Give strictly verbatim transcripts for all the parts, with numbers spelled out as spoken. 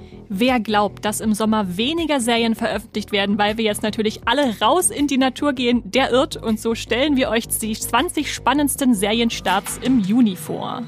Wer glaubt, dass im Sommer weniger Serien veröffentlicht werden, weil wir jetzt natürlich alle raus in die Natur gehen, der irrt. Und so stellen wir euch die zwanzig spannendsten Serienstarts im Juni vor.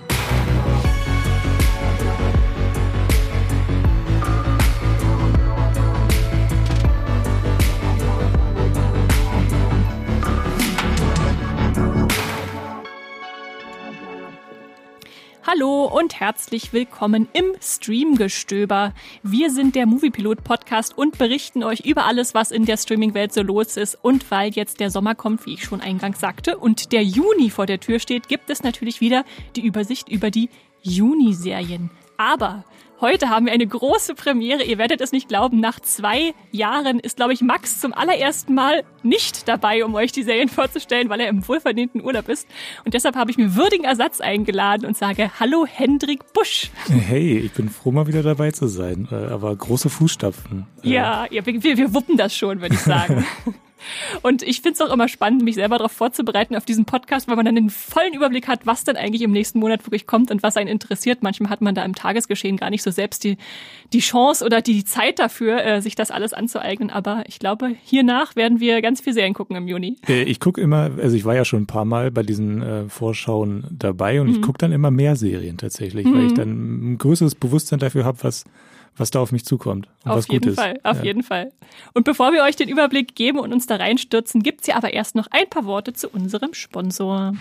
Hallo und herzlich willkommen im Streamgestöber. Wir sind der Moviepilot-Podcast und berichten euch über alles, was in der Streaming-Welt so los ist. Und weil jetzt der Sommer kommt, wie ich schon eingangs sagte, und der Juni vor der Tür steht, gibt es natürlich wieder die Übersicht über die Juni-Serien. Aber heute haben wir eine große Premiere. Ihr werdet es nicht glauben, nach zwei Jahren ist, glaube ich, Max zum allerersten Mal nicht dabei, um euch die Serien vorzustellen, weil er im wohlverdienten Urlaub ist. Und deshalb habe ich mir würdigen Ersatz eingeladen und sage, hallo Hendrik Busch. Hey, ich bin froh, mal wieder dabei zu sein. Aber große Fußstapfen. Ja, ja wir, wir wuppen das schon, würde ich sagen. Und ich finde es auch immer spannend, mich selber darauf vorzubereiten auf diesen Podcast, weil man dann den vollen Überblick hat, was denn eigentlich im nächsten Monat wirklich kommt und was einen interessiert. Manchmal hat man da im Tagesgeschehen gar nicht so selbst die, die Chance oder die Zeit dafür, äh, sich das alles anzueignen. Aber ich glaube, hiernach werden wir ganz viel Serien gucken im Juni. Ich gucke immer, also ich war ja schon ein paar Mal bei diesen äh, Vorschauen dabei und mhm. ich gucke dann immer mehr Serien tatsächlich, mhm. weil ich dann ein größeres Bewusstsein dafür habe, was was da auf mich zukommt und auf was gut jeden ist. Fall, auf ja. jeden Fall. Und bevor wir euch den Überblick geben und uns da reinstürzen, gibt's hier aber erst noch ein paar Worte zu unserem Sponsor.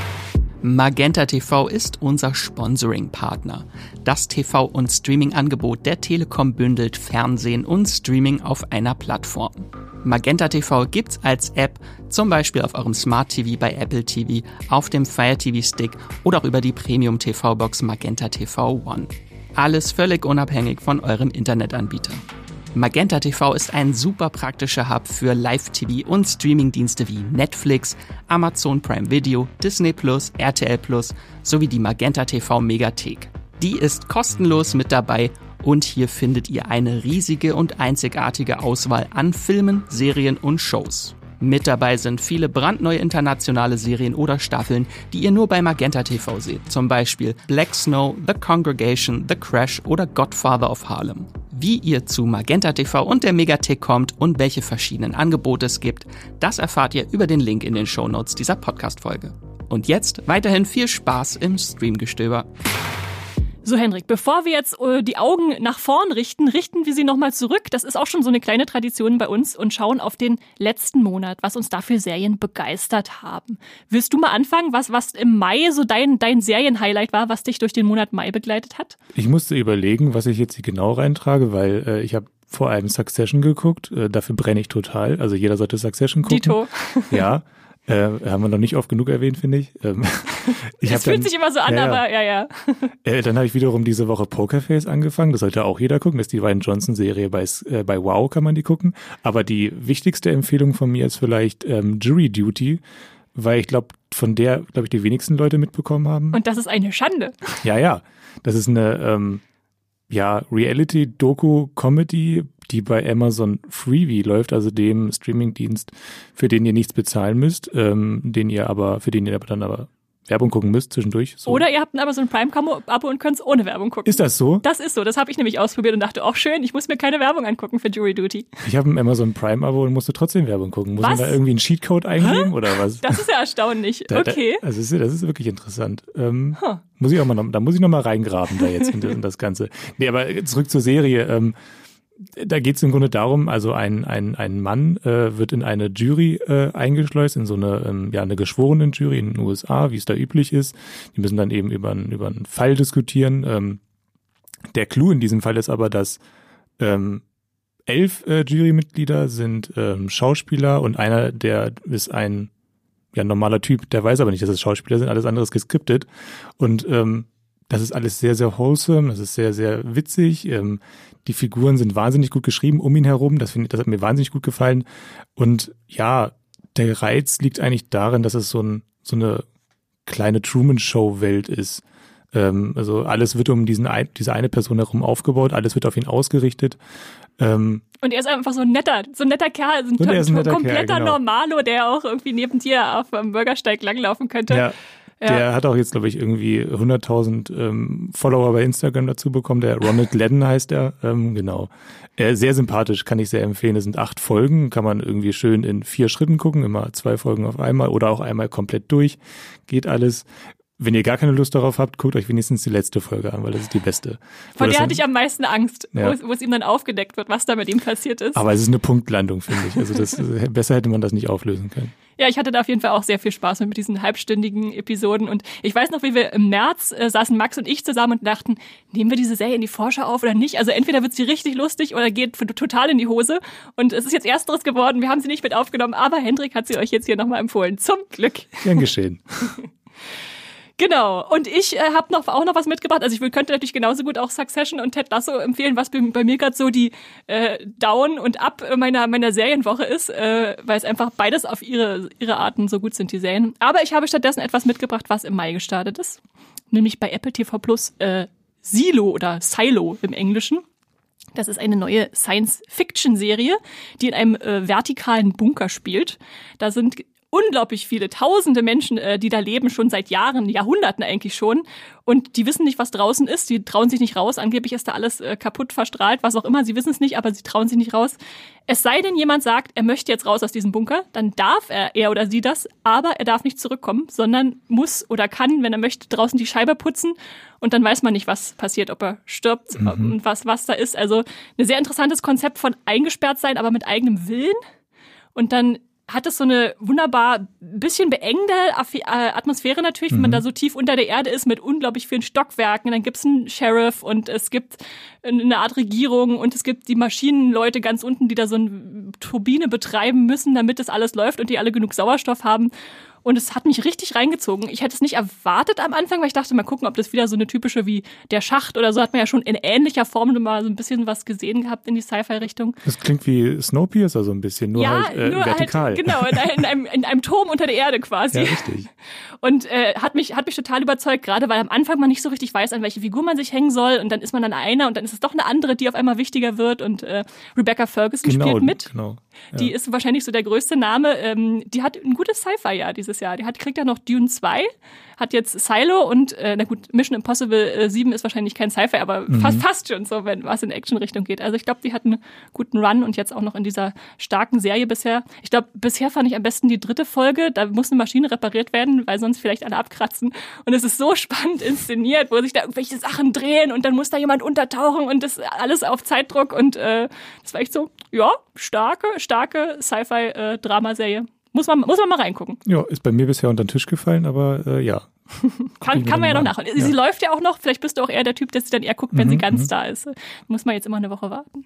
Magenta T V ist unser Sponsoring-Partner. Das T V- und Streaming-Angebot der Telekom bündelt Fernsehen und Streaming auf einer Plattform. Magenta T V gibt's als App, zum Beispiel auf eurem Smart T V bei Apple T V, auf dem Fire T V-Stick oder auch über die Premium-T V-Box Magenta T V One. Alles völlig unabhängig von eurem Internetanbieter. Magenta T V ist ein super praktischer Hub für Live-T V und Streamingdienste wie Netflix, Amazon Prime Video, Disney Plus, R T L Plus sowie die Magenta T V Megathek. Die ist kostenlos mit dabei und hier findet ihr eine riesige und einzigartige Auswahl an Filmen, Serien und Shows. Mit dabei sind viele brandneue internationale Serien oder Staffeln, die ihr nur bei Magenta T V seht. Zum Beispiel Black Snow, The Congregation, The Crash oder Godfather of Harlem. Wie ihr zu Magenta T V und der Megathek kommt und welche verschiedenen Angebote es gibt, das erfahrt ihr über den Link in den Shownotes dieser Podcast-Folge. Und jetzt weiterhin viel Spaß im Streamgestöber. So, Hendrik, bevor wir jetzt äh, die Augen nach vorn richten, richten wir sie nochmal zurück. Das ist auch schon so eine kleine Tradition bei uns und schauen auf den letzten Monat, was uns da für Serien begeistert haben. Willst du mal anfangen, was, was im Mai so dein, dein Serien-Highlight war, was dich durch den Monat Mai begleitet hat? Ich musste überlegen, was ich jetzt hier genau reintrage, weil äh, ich habe vor allem Succession geguckt. Äh, dafür brenne ich total. Also jeder sollte Succession gucken. Dito. Ja. Äh, haben wir noch nicht oft genug erwähnt, finde ich. Ähm, ich das fühlt dann, sich immer so an, ja, aber ja, ja. Äh, dann habe ich wiederum diese Woche Pokerface angefangen. Das sollte auch jeder gucken. Das ist die Ryan Johnson-Serie. Bei, äh, bei Wow kann man die gucken. Aber die wichtigste Empfehlung von mir ist vielleicht ähm, Jury Duty, weil ich glaube, von der, glaube ich, die wenigsten Leute mitbekommen haben. Und das ist eine Schande. Ja, ja. Das ist eine ähm, ja, Reality-Doku-Comedy, die bei Amazon Freevee läuft, also dem Streamingdienst, für den ihr nichts bezahlen müsst, ähm, den ihr aber, für den ihr aber dann aber Werbung gucken müsst zwischendurch. So. Oder ihr habt ein Amazon Prime-Abo und könnt es ohne Werbung gucken. Ist das so? Das ist so, das habe ich nämlich ausprobiert und dachte, auch schön, ich muss mir keine Werbung angucken für Jury Duty. Ich habe ein Amazon Prime-Abo und musste trotzdem Werbung gucken. Muss was? man da irgendwie einen Cheatcode eingeben Hä? Oder was? Das ist ja erstaunlich. Da, okay. Da, also das ist wirklich interessant. Ähm, huh. Muss ich auch mal noch, da muss ich noch mal reingraben da jetzt in, in das Ganze. Nee, aber zurück zur Serie. Ähm, Da geht es im Grunde darum, also ein ein ein Mann äh, wird in eine Jury äh, eingeschleust, in so eine ähm, ja eine geschworenen Jury in den U S A, wie es da üblich ist. Die müssen dann eben über einen über einen Fall diskutieren. Ähm, der Clou in diesem Fall ist aber, dass ähm, elf äh, Jurymitglieder sind ähm, Schauspieler und einer, der ist ein ja normaler Typ, der weiß aber nicht, dass es Schauspieler sind. Alles andere ist geskriptet und ähm, das ist alles sehr, sehr wholesome, das ist sehr, sehr witzig. Ähm, die Figuren sind wahnsinnig gut geschrieben um ihn herum, das, find, das hat mir wahnsinnig gut gefallen. Und ja, der Reiz liegt eigentlich darin, dass es so, ein, so eine kleine Truman-Show-Welt ist. Ähm, also alles wird um diesen ein, diese eine Person herum aufgebaut, alles wird auf ihn ausgerichtet. Ähm, und er ist einfach so ein netter, so ein netter Kerl, so ein, ein netter kompletter Kerl, genau. Normalo, der auch irgendwie neben dir auf dem Bürgersteig langlaufen könnte. Ja. Ja. Der hat auch jetzt, glaube ich, irgendwie hunderttausend ähm, Follower bei Instagram dazu bekommen. Der Ronald Gladden heißt er. Ähm, genau. Äh, sehr sympathisch, kann ich sehr empfehlen. Es sind acht Folgen, kann man irgendwie schön in vier Schritten gucken. Immer zwei Folgen auf einmal oder auch einmal komplett durch. Geht alles. Wenn ihr gar keine Lust darauf habt, guckt euch wenigstens die letzte Folge an, weil das ist die beste. Vor Wo der das hatte ich am meisten Angst, Ja. wo, wo es ihm dann aufgedeckt wird, was da mit ihm passiert ist. Aber es ist eine Punktlandung, finde ich. Also das, besser hätte man das nicht auflösen können. Ja, ich hatte da auf jeden Fall auch sehr viel Spaß mit diesen halbstündigen Episoden. Und ich weiß noch, wie wir im März äh, saßen Max und ich zusammen und dachten, nehmen wir diese Serie in die Vorschau auf oder nicht? Also entweder wird sie richtig lustig oder geht total in die Hose. Und es ist jetzt Ersteres geworden. Wir haben sie nicht mit aufgenommen, aber Hendrik hat sie euch jetzt hier nochmal empfohlen. Zum Glück. Gern geschehen. Genau. Und ich äh, habe noch auch noch was mitgebracht. Also ich will, könnte natürlich genauso gut auch Succession und Ted Lasso empfehlen, was bei, bei mir gerade so die äh, Down und Up meiner meiner Serienwoche ist, äh, weil es einfach beides auf ihre ihre Arten so gut sind, die Serien. Aber ich habe stattdessen etwas mitgebracht, was im Mai gestartet ist, nämlich bei Apple T V Plus äh, Silo oder Silo im Englischen. Das ist eine neue Science-Fiction-Serie, die in einem äh, vertikalen Bunker spielt. Da sind unglaublich viele, tausende Menschen, äh, die da leben, schon seit Jahren, Jahrhunderten eigentlich schon. Und die wissen nicht, was draußen ist. Die trauen sich nicht raus. Angeblich ist da alles äh, kaputt, verstrahlt, was auch immer. Sie wissen es nicht, aber sie trauen sich nicht raus. Es sei denn, jemand sagt, er möchte jetzt raus aus diesem Bunker, dann darf er, er oder sie das, aber er darf nicht zurückkommen, sondern muss oder kann, wenn er möchte, draußen die Scheibe putzen. Und dann weiß man nicht, was passiert, ob er stirbt Mhm. und was, was da ist. Also ein sehr interessantes Konzept von eingesperrt sein, aber mit eigenem Willen. Und dann hat es so eine wunderbar bisschen beengende Atmosphäre natürlich, mhm. wenn man da so tief unter der Erde ist mit unglaublich vielen Stockwerken. Dann gibt es einen Sheriff und es gibt eine Art Regierung und es gibt die Maschinenleute ganz unten, die da so eine Turbine betreiben müssen, damit das alles läuft und die alle genug Sauerstoff haben. Und es hat mich richtig reingezogen. Ich hätte es nicht erwartet am Anfang, weil ich dachte, mal gucken, ob das wieder so eine typische wie der Schacht oder so, hat man ja schon in ähnlicher Form mal so ein bisschen was gesehen gehabt in die Sci-Fi-Richtung. Das klingt wie Snowpiercer so ein bisschen, nur ja, halt äh, nur vertikal. Halt, genau, in, in, einem, in einem Turm unter der Erde quasi. Ja, richtig. Und äh, hat mich hat mich total überzeugt, gerade weil am Anfang man nicht so richtig weiß, an welche Figur man sich hängen soll. Und dann ist man dann einer und dann ist es doch eine andere, die auf einmal wichtiger wird. Und äh, Rebecca Ferguson genau, spielt mit. Genau. Ja. Die ist wahrscheinlich so der größte Name. Ähm, die hat ein gutes Sci-Fi-Jahr dieses Jahr. Die hat, kriegt ja noch Dune zwei, hat jetzt Silo und, äh, na gut, Mission Impossible äh, sieben ist wahrscheinlich kein Sci-Fi, aber mhm. fast, fast schon so, wenn was in Action-Richtung geht. Also ich glaube, die hat einen guten Run und jetzt auch noch in dieser starken Serie bisher. Ich glaube, bisher fand ich am besten die dritte Folge. Da muss eine Maschine repariert werden, weil sonst vielleicht alle abkratzen. Und es ist so spannend inszeniert, wo sich da irgendwelche Sachen drehen und dann muss da jemand untertauchen und das alles auf Zeitdruck. Und äh, das war echt so, ja, starke, starke Sci-Fi-Dramaserie. Muss man, muss man mal reingucken. Ja, ist bei mir bisher unter den Tisch gefallen, aber äh, ja. kann kann man ja noch nachholen. Ja. Sie läuft ja auch noch, vielleicht bist du auch eher der Typ, der sie dann eher guckt, wenn mhm, sie ganz mhm. da ist. Muss man jetzt immer eine Woche warten.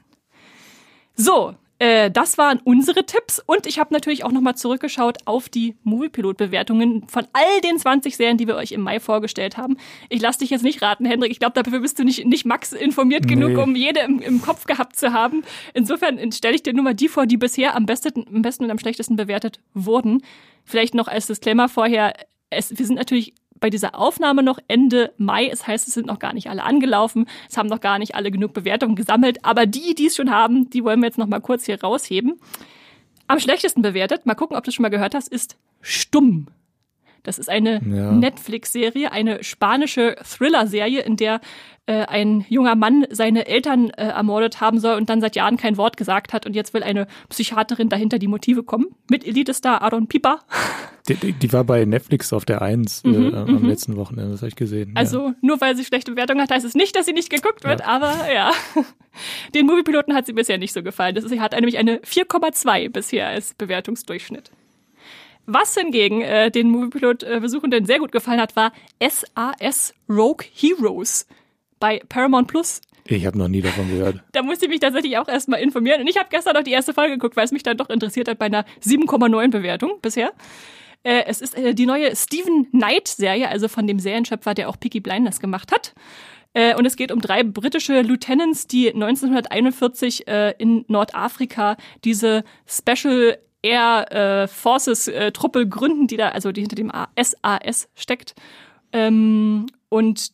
So, äh, das waren unsere Tipps und ich habe natürlich auch nochmal zurückgeschaut auf die Moviepilot-Bewertungen von all den zwanzig Serien, die wir euch im Mai vorgestellt haben. Ich lasse dich jetzt nicht raten, Hendrik. Ich glaube, dafür bist du nicht, nicht Max informiert nee. genug, um jede im, im Kopf gehabt zu haben. Insofern stelle ich dir nur mal die vor, die bisher am besten, am besten und am schlechtesten bewertet wurden. Vielleicht noch als Disclaimer vorher, es, wir sind natürlich bei dieser Aufnahme noch Ende Mai. Es heißt, es sind noch gar nicht alle angelaufen. Es haben noch gar nicht alle genug Bewertungen gesammelt. Aber die, die es schon haben, die wollen wir jetzt noch mal kurz hier rausheben. Am schlechtesten bewertet, mal gucken, ob du es schon mal gehört hast, ist Stumm. Das ist eine ja. Netflix-Serie, eine spanische Thriller-Serie, in der äh, ein junger Mann seine Eltern äh, ermordet haben soll und dann seit Jahren kein Wort gesagt hat. Und jetzt will eine Psychiaterin dahinter die Motive kommen. Mit Elite-Star Aaron Piper. Die, die, die war bei Netflix auf der eins mhm, äh, am mhm. letzten Wochenende, das habe ich gesehen. Also ja. nur weil sie schlechte Bewertungen hat, heißt es nicht, dass sie nicht geguckt wird, ja. aber ja. Den Moviepiloten hat sie bisher nicht so gefallen. Das ist, sie hat nämlich eine vier Komma zwei bisher als Bewertungsdurchschnitt. Was hingegen äh, den Moviepilot-Besuchenden sehr gut gefallen hat, war S A S Rogue Heroes bei Paramount Plus. Ich habe noch nie davon gehört. Da musste ich mich tatsächlich auch erstmal informieren. Und ich habe gestern noch die erste Folge geguckt, weil es mich dann doch interessiert hat bei einer sieben Komma neun Bewertung bisher. Äh, es ist äh, die neue Steven Knight-Serie, also von dem Serienschöpfer, der auch Peaky Blinders gemacht hat. Äh, und es geht um drei britische Lieutenants, die neunzehnhunderteinundvierzig äh, in Nordafrika diese Special Air äh, Forces äh, Truppe gründen, die da, also die hinter dem S A S steckt. Ähm, und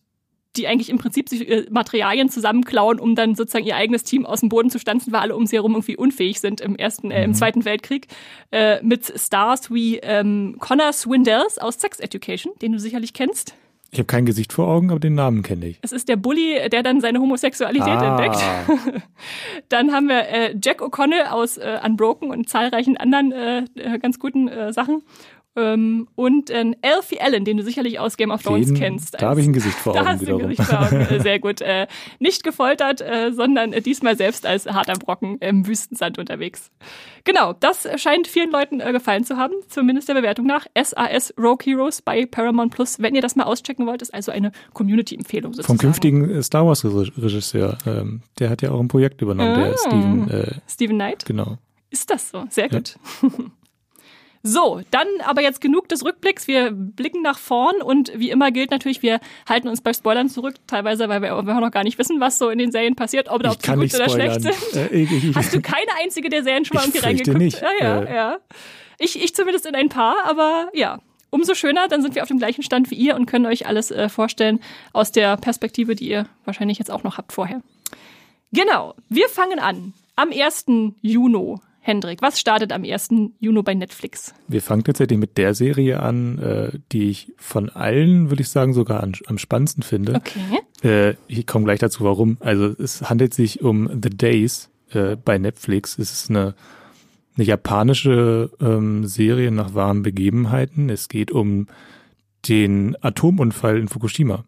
die eigentlich im Prinzip sich äh, Materialien zusammenklauen, um dann sozusagen ihr eigenes Team aus dem Boden zu stanzen, weil alle um sie herum irgendwie unfähig sind im ersten, äh, im Zweiten Weltkrieg. Äh, mit Stars wie ähm, Connor Swindells aus Sex Education, den du sicherlich kennst. Ich habe kein Gesicht vor Augen, aber den Namen kenne ich. Es ist der Bully, der dann seine Homosexualität ah. entdeckt. Dann haben wir äh, Jack O'Connell aus äh, Unbroken und zahlreichen anderen äh, ganz guten äh, Sachen. Ähm, und äh, Alfie Allen, den du sicherlich aus Game of Thrones den, kennst. Da habe ich ein Gesicht vor Augen. Da hast du ein Gesicht vor Augen. Sehr gut. Äh, nicht gefoltert, äh, sondern äh, diesmal selbst als harter Brocken im Wüstensand unterwegs. Genau, das scheint vielen Leuten äh, gefallen zu haben, zumindest der Bewertung nach. S A S Rogue Heroes bei Paramount Plus. Wenn ihr das mal auschecken wollt, ist also eine Community-Empfehlung sozusagen. Vom künftigen Star Wars-Regisseur. Ähm, der hat ja auch ein Projekt übernommen, ah, der Steven, äh, Steven Knight? Genau. Ist das so? Sehr gut. Ja. So, dann aber jetzt genug des Rückblicks. Wir blicken nach vorn und wie immer gilt natürlich, wir halten uns bei Spoilern zurück, teilweise, weil wir, wir noch gar nicht wissen, was so in den Serien passiert, ob, ob sie gut oder schlecht sind. Äh, ich, ich, Hast du keine einzige der Serien schon mal irgendwie reingeguckt? Nicht. Ja, ja, äh. ja. Ich, ich zumindest in ein paar, aber ja. Umso schöner, dann sind wir auf dem gleichen Stand wie ihr und können euch alles äh, vorstellen aus der Perspektive, die ihr wahrscheinlich jetzt auch noch habt vorher. Genau, wir fangen an am ersten Juni. Hendrik, was startet am ersten Juni bei Netflix? Wir fangen tatsächlich mit der Serie an, äh, die ich von allen, würde ich sagen, sogar an, am spannendsten finde. Okay. Äh, ich komme gleich dazu, warum. Also es handelt sich um The Days äh, bei Netflix. Es ist eine, eine japanische ähm, Serie nach wahren Begebenheiten. Es geht um den Atomunfall in Fukushima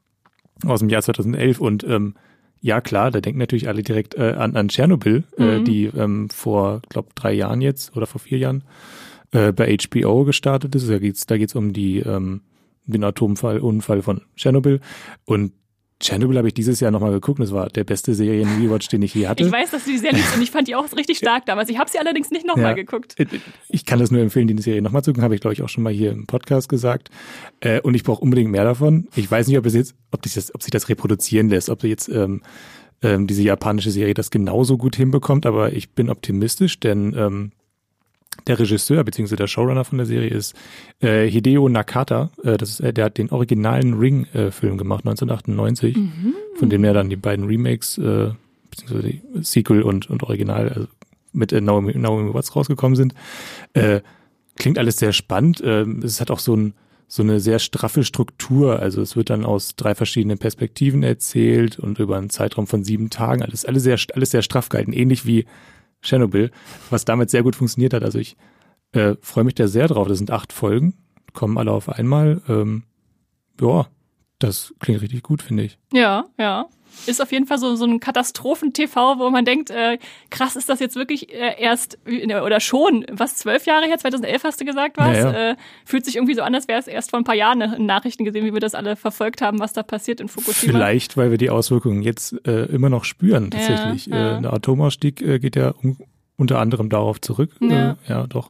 aus dem Jahr zweitausendelf und ähm, ja, klar, da denken natürlich alle direkt äh, an, an Tschernobyl, mhm. äh, die ähm, vor, glaube drei Jahren jetzt oder vor vier Jahren äh, bei H B O gestartet ist. Da geht's, da geht's um die ähm, den Atomunfall Unfall von Tschernobyl. Und Tschernobyl habe ich dieses Jahr nochmal geguckt. Das war der beste Serien-Rewatch, den ich je hatte. Ich weiß, dass du die sehr liebst und ich fand die auch richtig stark damals. Ich habe sie allerdings nicht nochmal ja, geguckt. Ich kann das nur empfehlen, die Serie nochmal zu gucken. Habe ich, glaube ich, auch schon mal hier im Podcast gesagt. Äh, und ich brauche unbedingt mehr davon. Ich weiß nicht, ob es jetzt, ob, das, ob sich das reproduzieren lässt, ob jetzt ähm, ähm, diese japanische Serie das genauso gut hinbekommt. Aber ich bin optimistisch, denn ähm, der Regisseur bzw. der Showrunner von der Serie ist äh, Hideo Nakata. Äh, das ist, äh, der hat den originalen Ring-Film äh, gemacht, neunzehnhundertachtundneunzig, mhm. von dem ja dann die beiden Remakes, äh, beziehungsweise die Sequel und, und Original also mit äh, Naomi, Naomi Watts rausgekommen sind. Äh, klingt alles sehr spannend. Äh, es hat auch so, ein, so eine sehr straffe Struktur. Also es wird dann aus drei verschiedenen Perspektiven erzählt und über einen Zeitraum von sieben Tagen. Alles, alles, sehr, alles sehr straff gehalten, ähnlich wie Tschernobyl, was damit sehr gut funktioniert hat. Also ich äh, freue mich da sehr drauf. Das sind acht Folgen, kommen alle auf einmal. Ähm, ja, das klingt richtig gut, finde ich. Ja, ja. Ist auf jeden Fall so, so ein Katastrophen-T V, wo man denkt, äh, krass, ist das jetzt wirklich äh, erst, oder schon, was, zwölf Jahre her, zweitausendelf hast du gesagt, was? Ja, ja. Äh, fühlt sich irgendwie so an, als wäre es erst vor ein paar Jahren in Nachrichten gesehen, wie wir das alle verfolgt haben, was da passiert in Fukushima. Vielleicht, weil wir die Auswirkungen jetzt äh, immer noch spüren, tatsächlich. Ja, ja. Äh, der Atomausstieg äh, geht ja um, unter anderem darauf zurück. Ja. Äh, ja, doch.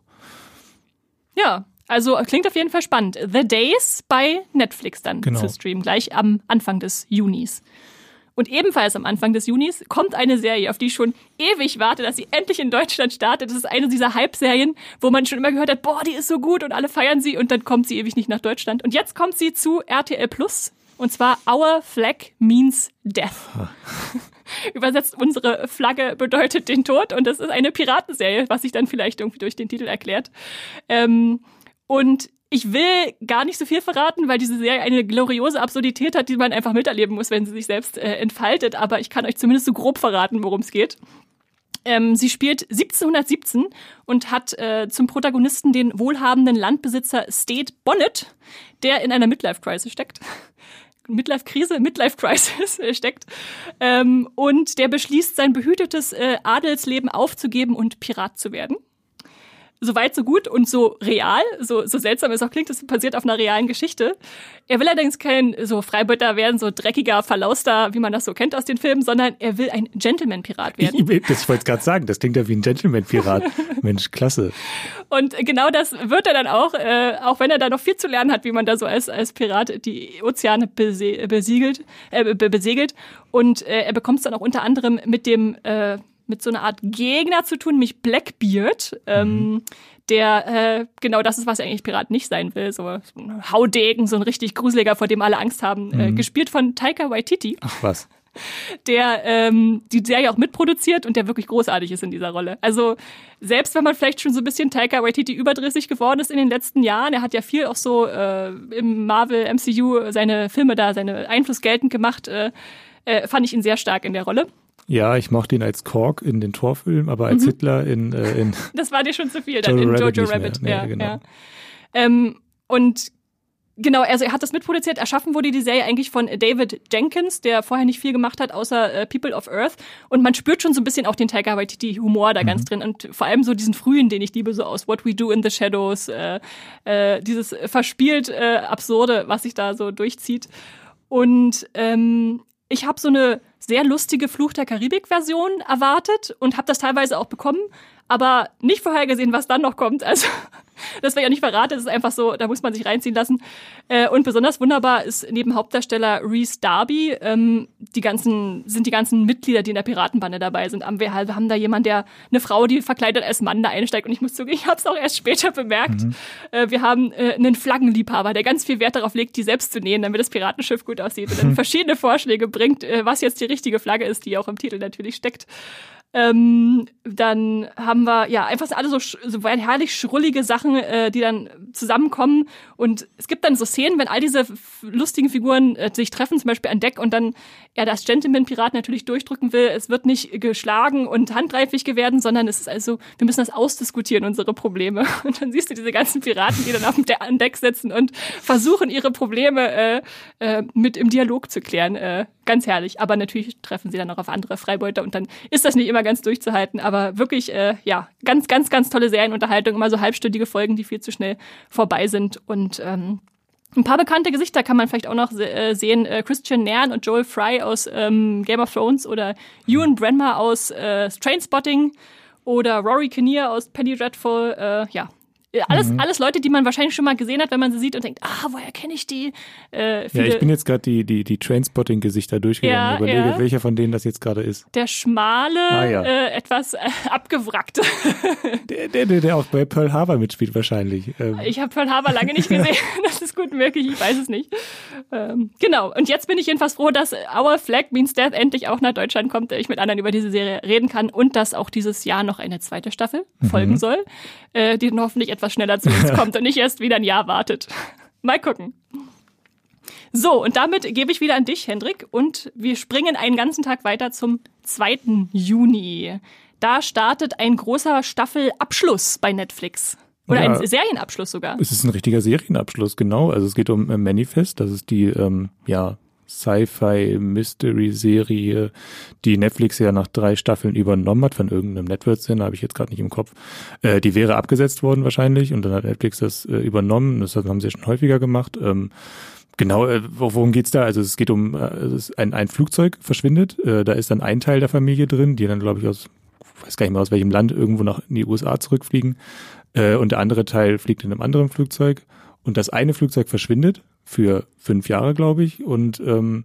Ja. Also klingt auf jeden Fall spannend. The Days bei Netflix dann genau. zu streamen, gleich am Anfang des Junis. Und ebenfalls am Anfang des Junis kommt eine Serie, auf die ich schon ewig warte, dass sie endlich in Deutschland startet. Das ist eine dieser Hype-Serien, wo man schon immer gehört hat, boah, die ist so gut und alle feiern sie und dann kommt sie ewig nicht nach Deutschland. Und jetzt kommt sie zu R T L Plus und zwar Our Flag Means Death. Übersetzt, unsere Flagge bedeutet den Tod und das ist eine Piratenserie, was sich dann vielleicht irgendwie durch den Titel erklärt. Ähm, und ich will gar nicht so viel verraten, weil diese Serie eine gloriose Absurdität hat, die man einfach miterleben muss, wenn sie sich selbst äh, entfaltet. Aber ich kann euch zumindest so grob verraten, worum es geht. Ähm, sie spielt siebzehnhundertsiebzehn und hat äh, zum Protagonisten den wohlhabenden Landbesitzer State Bonnet, der in einer Midlife-Crisis steckt. Midlife-Krise, Midlife-Crisis steckt. Ähm, und der beschließt, sein behütetes äh, Adelsleben aufzugeben und Pirat zu werden. Soweit, so gut und so real, so, so seltsam es auch klingt, das basiert auf einer realen Geschichte. Er will allerdings kein so Freibeuter werden, so dreckiger Verlauster, wie man das so kennt aus den Filmen, sondern er will ein Gentleman-Pirat werden. Ich, ich, das wollte ich gerade sagen, das klingt ja wie ein Gentleman-Pirat. Mensch, klasse. Und genau das wird er dann auch, äh, auch wenn er da noch viel zu lernen hat, wie man da so als, als Pirat die Ozeane bese- besiegelt, äh, be- besegelt. Und äh, er bekommt es dann auch unter anderem mit dem äh, mit so einer Art Gegner zu tun, nämlich Blackbeard. Ähm, mhm. Der, äh, genau das ist, was eigentlich Pirat nicht sein will. So ein Haudegen, so ein richtig gruseliger, vor dem alle Angst haben. Mhm. Äh, gespielt von Taika Waititi. Ach was. Der ähm, die Serie auch mitproduziert und der wirklich großartig ist in dieser Rolle. Also selbst wenn man vielleicht schon so ein bisschen Taika Waititi überdrüssig geworden ist in den letzten Jahren, er hat ja viel auch so äh, im Marvel M C U seine Filme da, seine Einfluss geltend gemacht, äh, äh, fand ich ihn sehr stark in der Rolle. Ja, ich mochte ihn als Korg in den Torfilmen, aber als mhm. Hitler in, äh, in das war dir schon zu viel dann Jojo in Jojo Rabbit. Nee, ja, genau. ja. Ähm, und genau, also er hat das mitproduziert. Erschaffen wurde die Serie eigentlich von David Jenkins, der vorher nicht viel gemacht hat, außer äh, People of Earth. Und man spürt schon so ein bisschen auch den Taika Waititi-Humor da mhm. ganz drin. Und vor allem so diesen frühen, den ich liebe, so aus What We Do in the Shadows. Äh, äh, dieses verspielt äh, Absurde, was sich da so durchzieht. Und ähm, ich habe so eine sehr lustige Fluch der Karibik-Version erwartet und habe das teilweise auch bekommen, aber nicht vorhergesehen, was dann noch kommt. Also das wäre ja nicht verraten, das ist einfach so, da muss man sich reinziehen lassen. Äh, und besonders wunderbar ist neben Hauptdarsteller Rhys Darby, ähm, die ganzen, sind die ganzen Mitglieder, die in der Piratenbande dabei sind. Wir haben da jemanden, der, eine Frau, die verkleidet als Mann da einsteigt und ich muss zugeben, ich habe es auch erst später bemerkt. Mhm. Äh, wir haben äh, einen Flaggenliebhaber, der ganz viel Wert darauf legt, die selbst zu nähen, damit das Piratenschiff gut aussieht und dann verschiedene Vorschläge bringt, äh, was jetzt die richtige Flagge ist, die auch im Titel natürlich steckt. Ähm, dann haben wir ja einfach alle so, so herrlich schrullige Sachen, äh, die dann zusammenkommen. Und es gibt dann so Szenen, wenn all diese f- lustigen Figuren äh, sich treffen, zum Beispiel an Deck und dann er das Gentleman-Pirat natürlich durchdrücken will. Es wird nicht geschlagen und handgreiflich werden, sondern es ist also, wir müssen das ausdiskutieren, unsere Probleme. Und dann siehst du diese ganzen Piraten, die dann auf dem De- an Deck sitzen und versuchen, ihre Probleme äh, äh, mit im Dialog zu klären. Äh, ganz herrlich. Aber natürlich treffen sie dann auch auf andere Freibeuter und dann ist das nicht immer ganz durchzuhalten. Aber wirklich, äh, ja, ganz, ganz, ganz tolle Serienunterhaltung. Immer so halbstündige Folgen, die viel zu schnell vorbei sind. Und ähm, ein paar bekannte Gesichter kann man vielleicht auch noch se- äh, sehen. Äh, Christian Nairn und Joel Fry aus ähm, Game of Thrones oder Ewan Brenner aus äh, Trainspotting oder Rory Kinnear aus Penny Dreadful. Äh, ja, Alles, mhm. alles Leute, die man wahrscheinlich schon mal gesehen hat, wenn man sie sieht und denkt, ah, woher kenne ich die? Äh, ja, ich bin jetzt gerade die, die, die Trainspotting-Gesichter durchgegangen ja, und überlege, ja. welcher von denen das jetzt gerade ist. Der schmale, ah, ja. äh, etwas äh, abgewrackte. Der, der, der, der auch bei Pearl Harbor mitspielt wahrscheinlich. Ähm. Ich habe Pearl Harbor lange nicht gesehen. Das ist gut möglich, ich weiß es nicht. Ähm, genau, und jetzt bin ich jedenfalls froh, dass Our Flag Means Death endlich auch nach Deutschland kommt, ich mit anderen über diese Serie reden kann und dass auch dieses Jahr noch eine zweite Staffel mhm. folgen soll, äh, die dann hoffentlich etwas schneller zu uns kommt und nicht erst wieder ein Jahr wartet. Mal gucken. So, und damit gebe ich wieder an dich, Hendrik, und wir springen einen ganzen Tag weiter zum zweiten Juni. Da startet ein großer Staffelabschluss bei Netflix. Oder ja, ein Serienabschluss sogar. Es ist ein richtiger Serienabschluss, genau. Also es geht um äh, Manifest, das ist die, ähm, ja, Sci-Fi-Mystery-Serie, die Netflix ja nach drei Staffeln übernommen hat von irgendeinem Network-Sender, habe ich jetzt gerade nicht im Kopf. Äh, die wäre abgesetzt worden wahrscheinlich und dann hat Netflix das äh, übernommen. Das haben sie ja schon häufiger gemacht. Ähm, genau, äh, worum geht's da? Also es geht um, äh, es ist ein, ein Flugzeug verschwindet. Äh, da ist dann ein Teil der Familie drin, die dann, glaube ich, aus, ich weiß gar nicht mehr aus welchem Land, irgendwo nach in die U S A zurückfliegen. Äh, und der andere Teil fliegt in einem anderen Flugzeug. Und das eine Flugzeug verschwindet für fünf Jahre, glaube ich. Und ähm,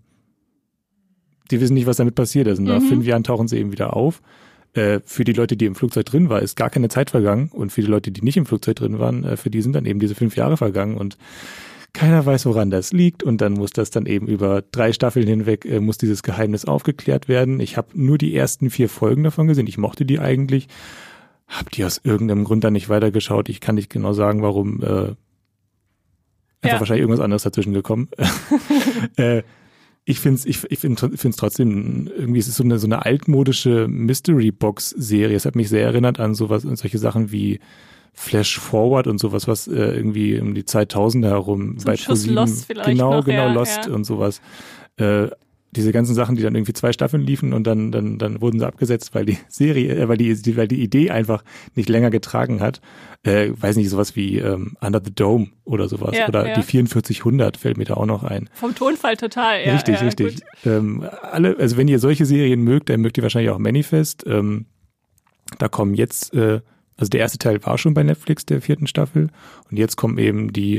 die wissen nicht, was damit passiert ist. Und mhm. nach fünf Jahren tauchen sie eben wieder auf. Äh, für die Leute, die im Flugzeug drin waren, ist gar keine Zeit vergangen. Und für die Leute, die nicht im Flugzeug drin waren, äh, für die sind dann eben diese fünf Jahre vergangen. Und keiner weiß, woran das liegt. Und dann muss das dann eben über drei Staffeln hinweg, äh, muss dieses Geheimnis aufgeklärt werden. Ich habe nur die ersten vier Folgen davon gesehen. Ich mochte die eigentlich. Hab die aus irgendeinem Grund dann nicht weitergeschaut. Ich kann nicht genau sagen, warum. Äh, Einfach ja. wahrscheinlich irgendwas anderes dazwischen gekommen. äh, ich finde es ich, ich finde es trotzdem, irgendwie ist es so eine, so eine altmodische Mystery-Box-Serie. Es hat mich sehr erinnert an sowas, an solche Sachen wie Flash Forward und sowas, was äh, irgendwie um die zweitausender herum bei ProSieben. Lost vielleicht genau, noch, genau, ja, Lost ja. und sowas. Äh, diese ganzen Sachen, die dann irgendwie zwei Staffeln liefen und dann dann dann wurden sie abgesetzt, weil die Serie, äh, weil die weil die Idee einfach nicht länger getragen hat. Äh, weiß nicht, sowas wie ähm, Under the Dome oder sowas ja, oder ja. die vierundvierzig-hundert fällt mir da auch noch ein. Vom Tonfall total, ja. Richtig, ja, richtig. Ähm, alle, also wenn ihr solche Serien mögt, dann mögt ihr wahrscheinlich auch Manifest. Ähm, da kommen jetzt, äh, also der erste Teil war schon bei Netflix, der vierten Staffel, und jetzt kommen eben die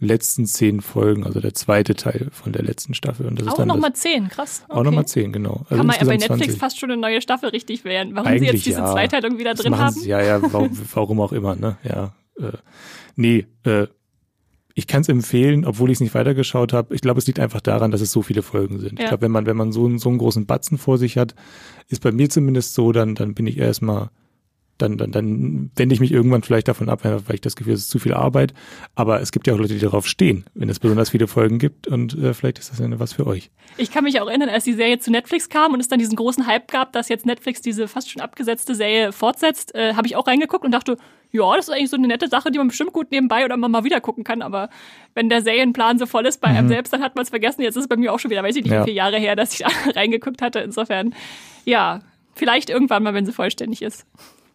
letzten zehn Folgen, also der zweite Teil von der letzten Staffel. Und das auch ist dann nochmal zehn, krass. Okay. Auch nochmal zehn, genau. Also kann man ja bei Netflix zwanzig. Fast schon eine neue Staffel richtig wählen. Warum Eigentlich sie jetzt diese ja. Zweiteilung wieder das drin haben? Sie, ja, ja, warum, warum auch immer, ne? Ja. Äh, nee, äh, ich kann es empfehlen, obwohl ich es nicht weitergeschaut habe. Ich glaube, es liegt einfach daran, dass es so viele Folgen sind. Ja. Ich glaube, wenn man, wenn man so, so einen großen Batzen vor sich hat, ist bei mir zumindest so, dann, dann bin ich erstmal Dann, dann, dann wende ich mich irgendwann vielleicht davon ab, weil ich das Gefühl habe, es ist zu viel Arbeit. Aber es gibt ja auch Leute, die darauf stehen, wenn es besonders viele Folgen gibt. Und äh, vielleicht ist das ja was für euch. Ich kann mich auch erinnern, als die Serie zu Netflix kam und es dann diesen großen Hype gab, dass jetzt Netflix diese fast schon abgesetzte Serie fortsetzt, äh, habe ich auch reingeguckt und dachte, ja, das ist eigentlich so eine nette Sache, die man bestimmt gut nebenbei oder mal wieder gucken kann. Aber wenn der Serienplan so voll ist bei mhm. einem selbst, dann hat man es vergessen. Jetzt ist es bei mir auch schon wieder, weiß ich nicht, ja. wie viele Jahre her, dass ich da reingeguckt hatte. Insofern, ja, vielleicht irgendwann mal, wenn sie vollständig ist.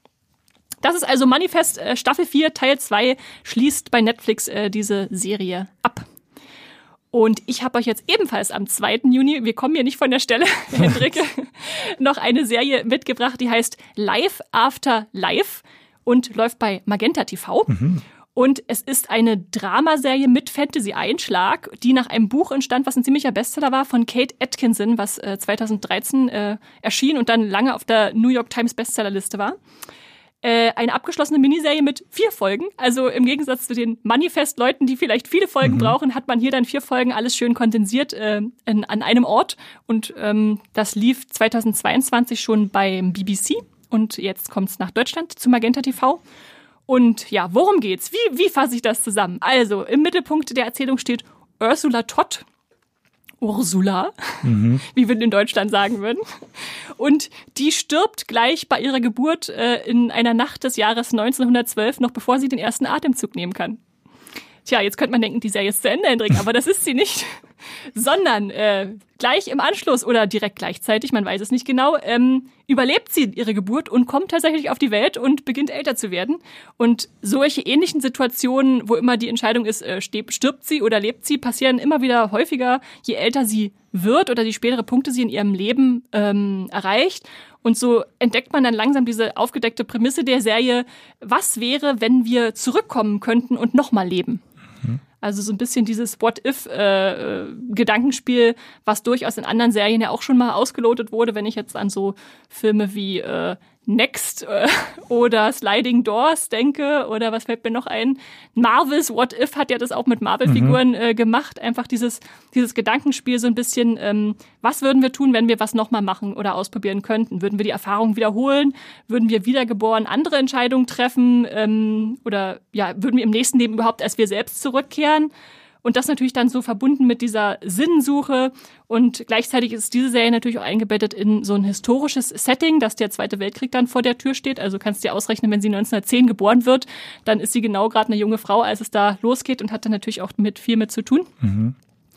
Das ist also Manifest äh, Staffel vier, Teil zwei, schließt bei Netflix äh, diese Serie ab. Und ich habe euch jetzt ebenfalls am zweiten Juni, wir kommen hier nicht von der Stelle, Hendrik, noch eine Serie mitgebracht, die heißt Life After Life und läuft bei Magenta T V. Mhm. Und es ist eine Dramaserie mit Fantasy-Einschlag, die nach einem Buch entstand, was ein ziemlicher Bestseller war, von Kate Atkinson, was äh, zweitausenddreizehn äh, erschien und dann lange auf der New York Times Bestsellerliste war. Äh, eine abgeschlossene Miniserie mit vier Folgen. Also im Gegensatz zu den Manifest-Leuten, die vielleicht viele Folgen mhm. brauchen, hat man hier dann vier Folgen alles schön kondensiert äh, in, an einem Ort. Und ähm, das lief zweitausendzweiundzwanzig schon beim B B C. Und jetzt kommt es nach Deutschland zu Magenta T V. Und ja, worum geht's? Wie, wie fasse ich das zusammen? Also im Mittelpunkt der Erzählung steht Ursula Todd. Ursula, mhm. wie wir in Deutschland sagen würden. Und die stirbt gleich bei ihrer Geburt äh, in einer Nacht des Jahres neunzehnhundertzwölf, noch bevor sie den ersten Atemzug nehmen kann. Tja, jetzt könnte man denken, die Serie ist zu Ende, Hendrik, aber das ist sie nicht. Sondern äh, gleich im Anschluss oder direkt gleichzeitig, man weiß es nicht genau, ähm, überlebt sie ihre Geburt und kommt tatsächlich auf die Welt und beginnt älter zu werden. Und solche ähnlichen Situationen, wo immer die Entscheidung ist, äh, stirbt sie oder lebt sie, passieren immer wieder häufiger, je älter sie wird oder die spätere Punkte sie in ihrem Leben ähm, erreicht. Und so entdeckt man dann langsam diese aufgedeckte Prämisse der Serie, was wäre, wenn wir zurückkommen könnten und nochmal leben? Mhm. Also so ein bisschen dieses What-If-Gedankenspiel, äh, was durchaus in anderen Serien ja auch schon mal ausgelotet wurde, wenn ich jetzt an so Filme wie äh, Next äh, oder Sliding Doors denke oder was fällt mir noch ein? Marvel's What If hat ja das auch mit Marvel-Figuren äh, gemacht. Einfach dieses dieses Gedankenspiel so ein bisschen, ähm, was würden wir tun, wenn wir was nochmal machen oder ausprobieren könnten? Würden wir die Erfahrung wiederholen? Würden wir wiedergeboren andere Entscheidungen treffen? Ähm, oder ja, würden wir im nächsten Leben überhaupt als wir selbst zurückkehren? Und das natürlich dann so verbunden mit dieser Sinnsuche. Und gleichzeitig ist diese Serie natürlich auch eingebettet in so ein historisches Setting, dass der Zweite Weltkrieg dann vor der Tür steht. Also kannst du dir ausrechnen, wenn sie neunzehnhundertzehn geboren wird, dann ist sie genau gerade eine junge Frau, als es da losgeht und hat dann natürlich auch mit viel mit zu tun. Mhm.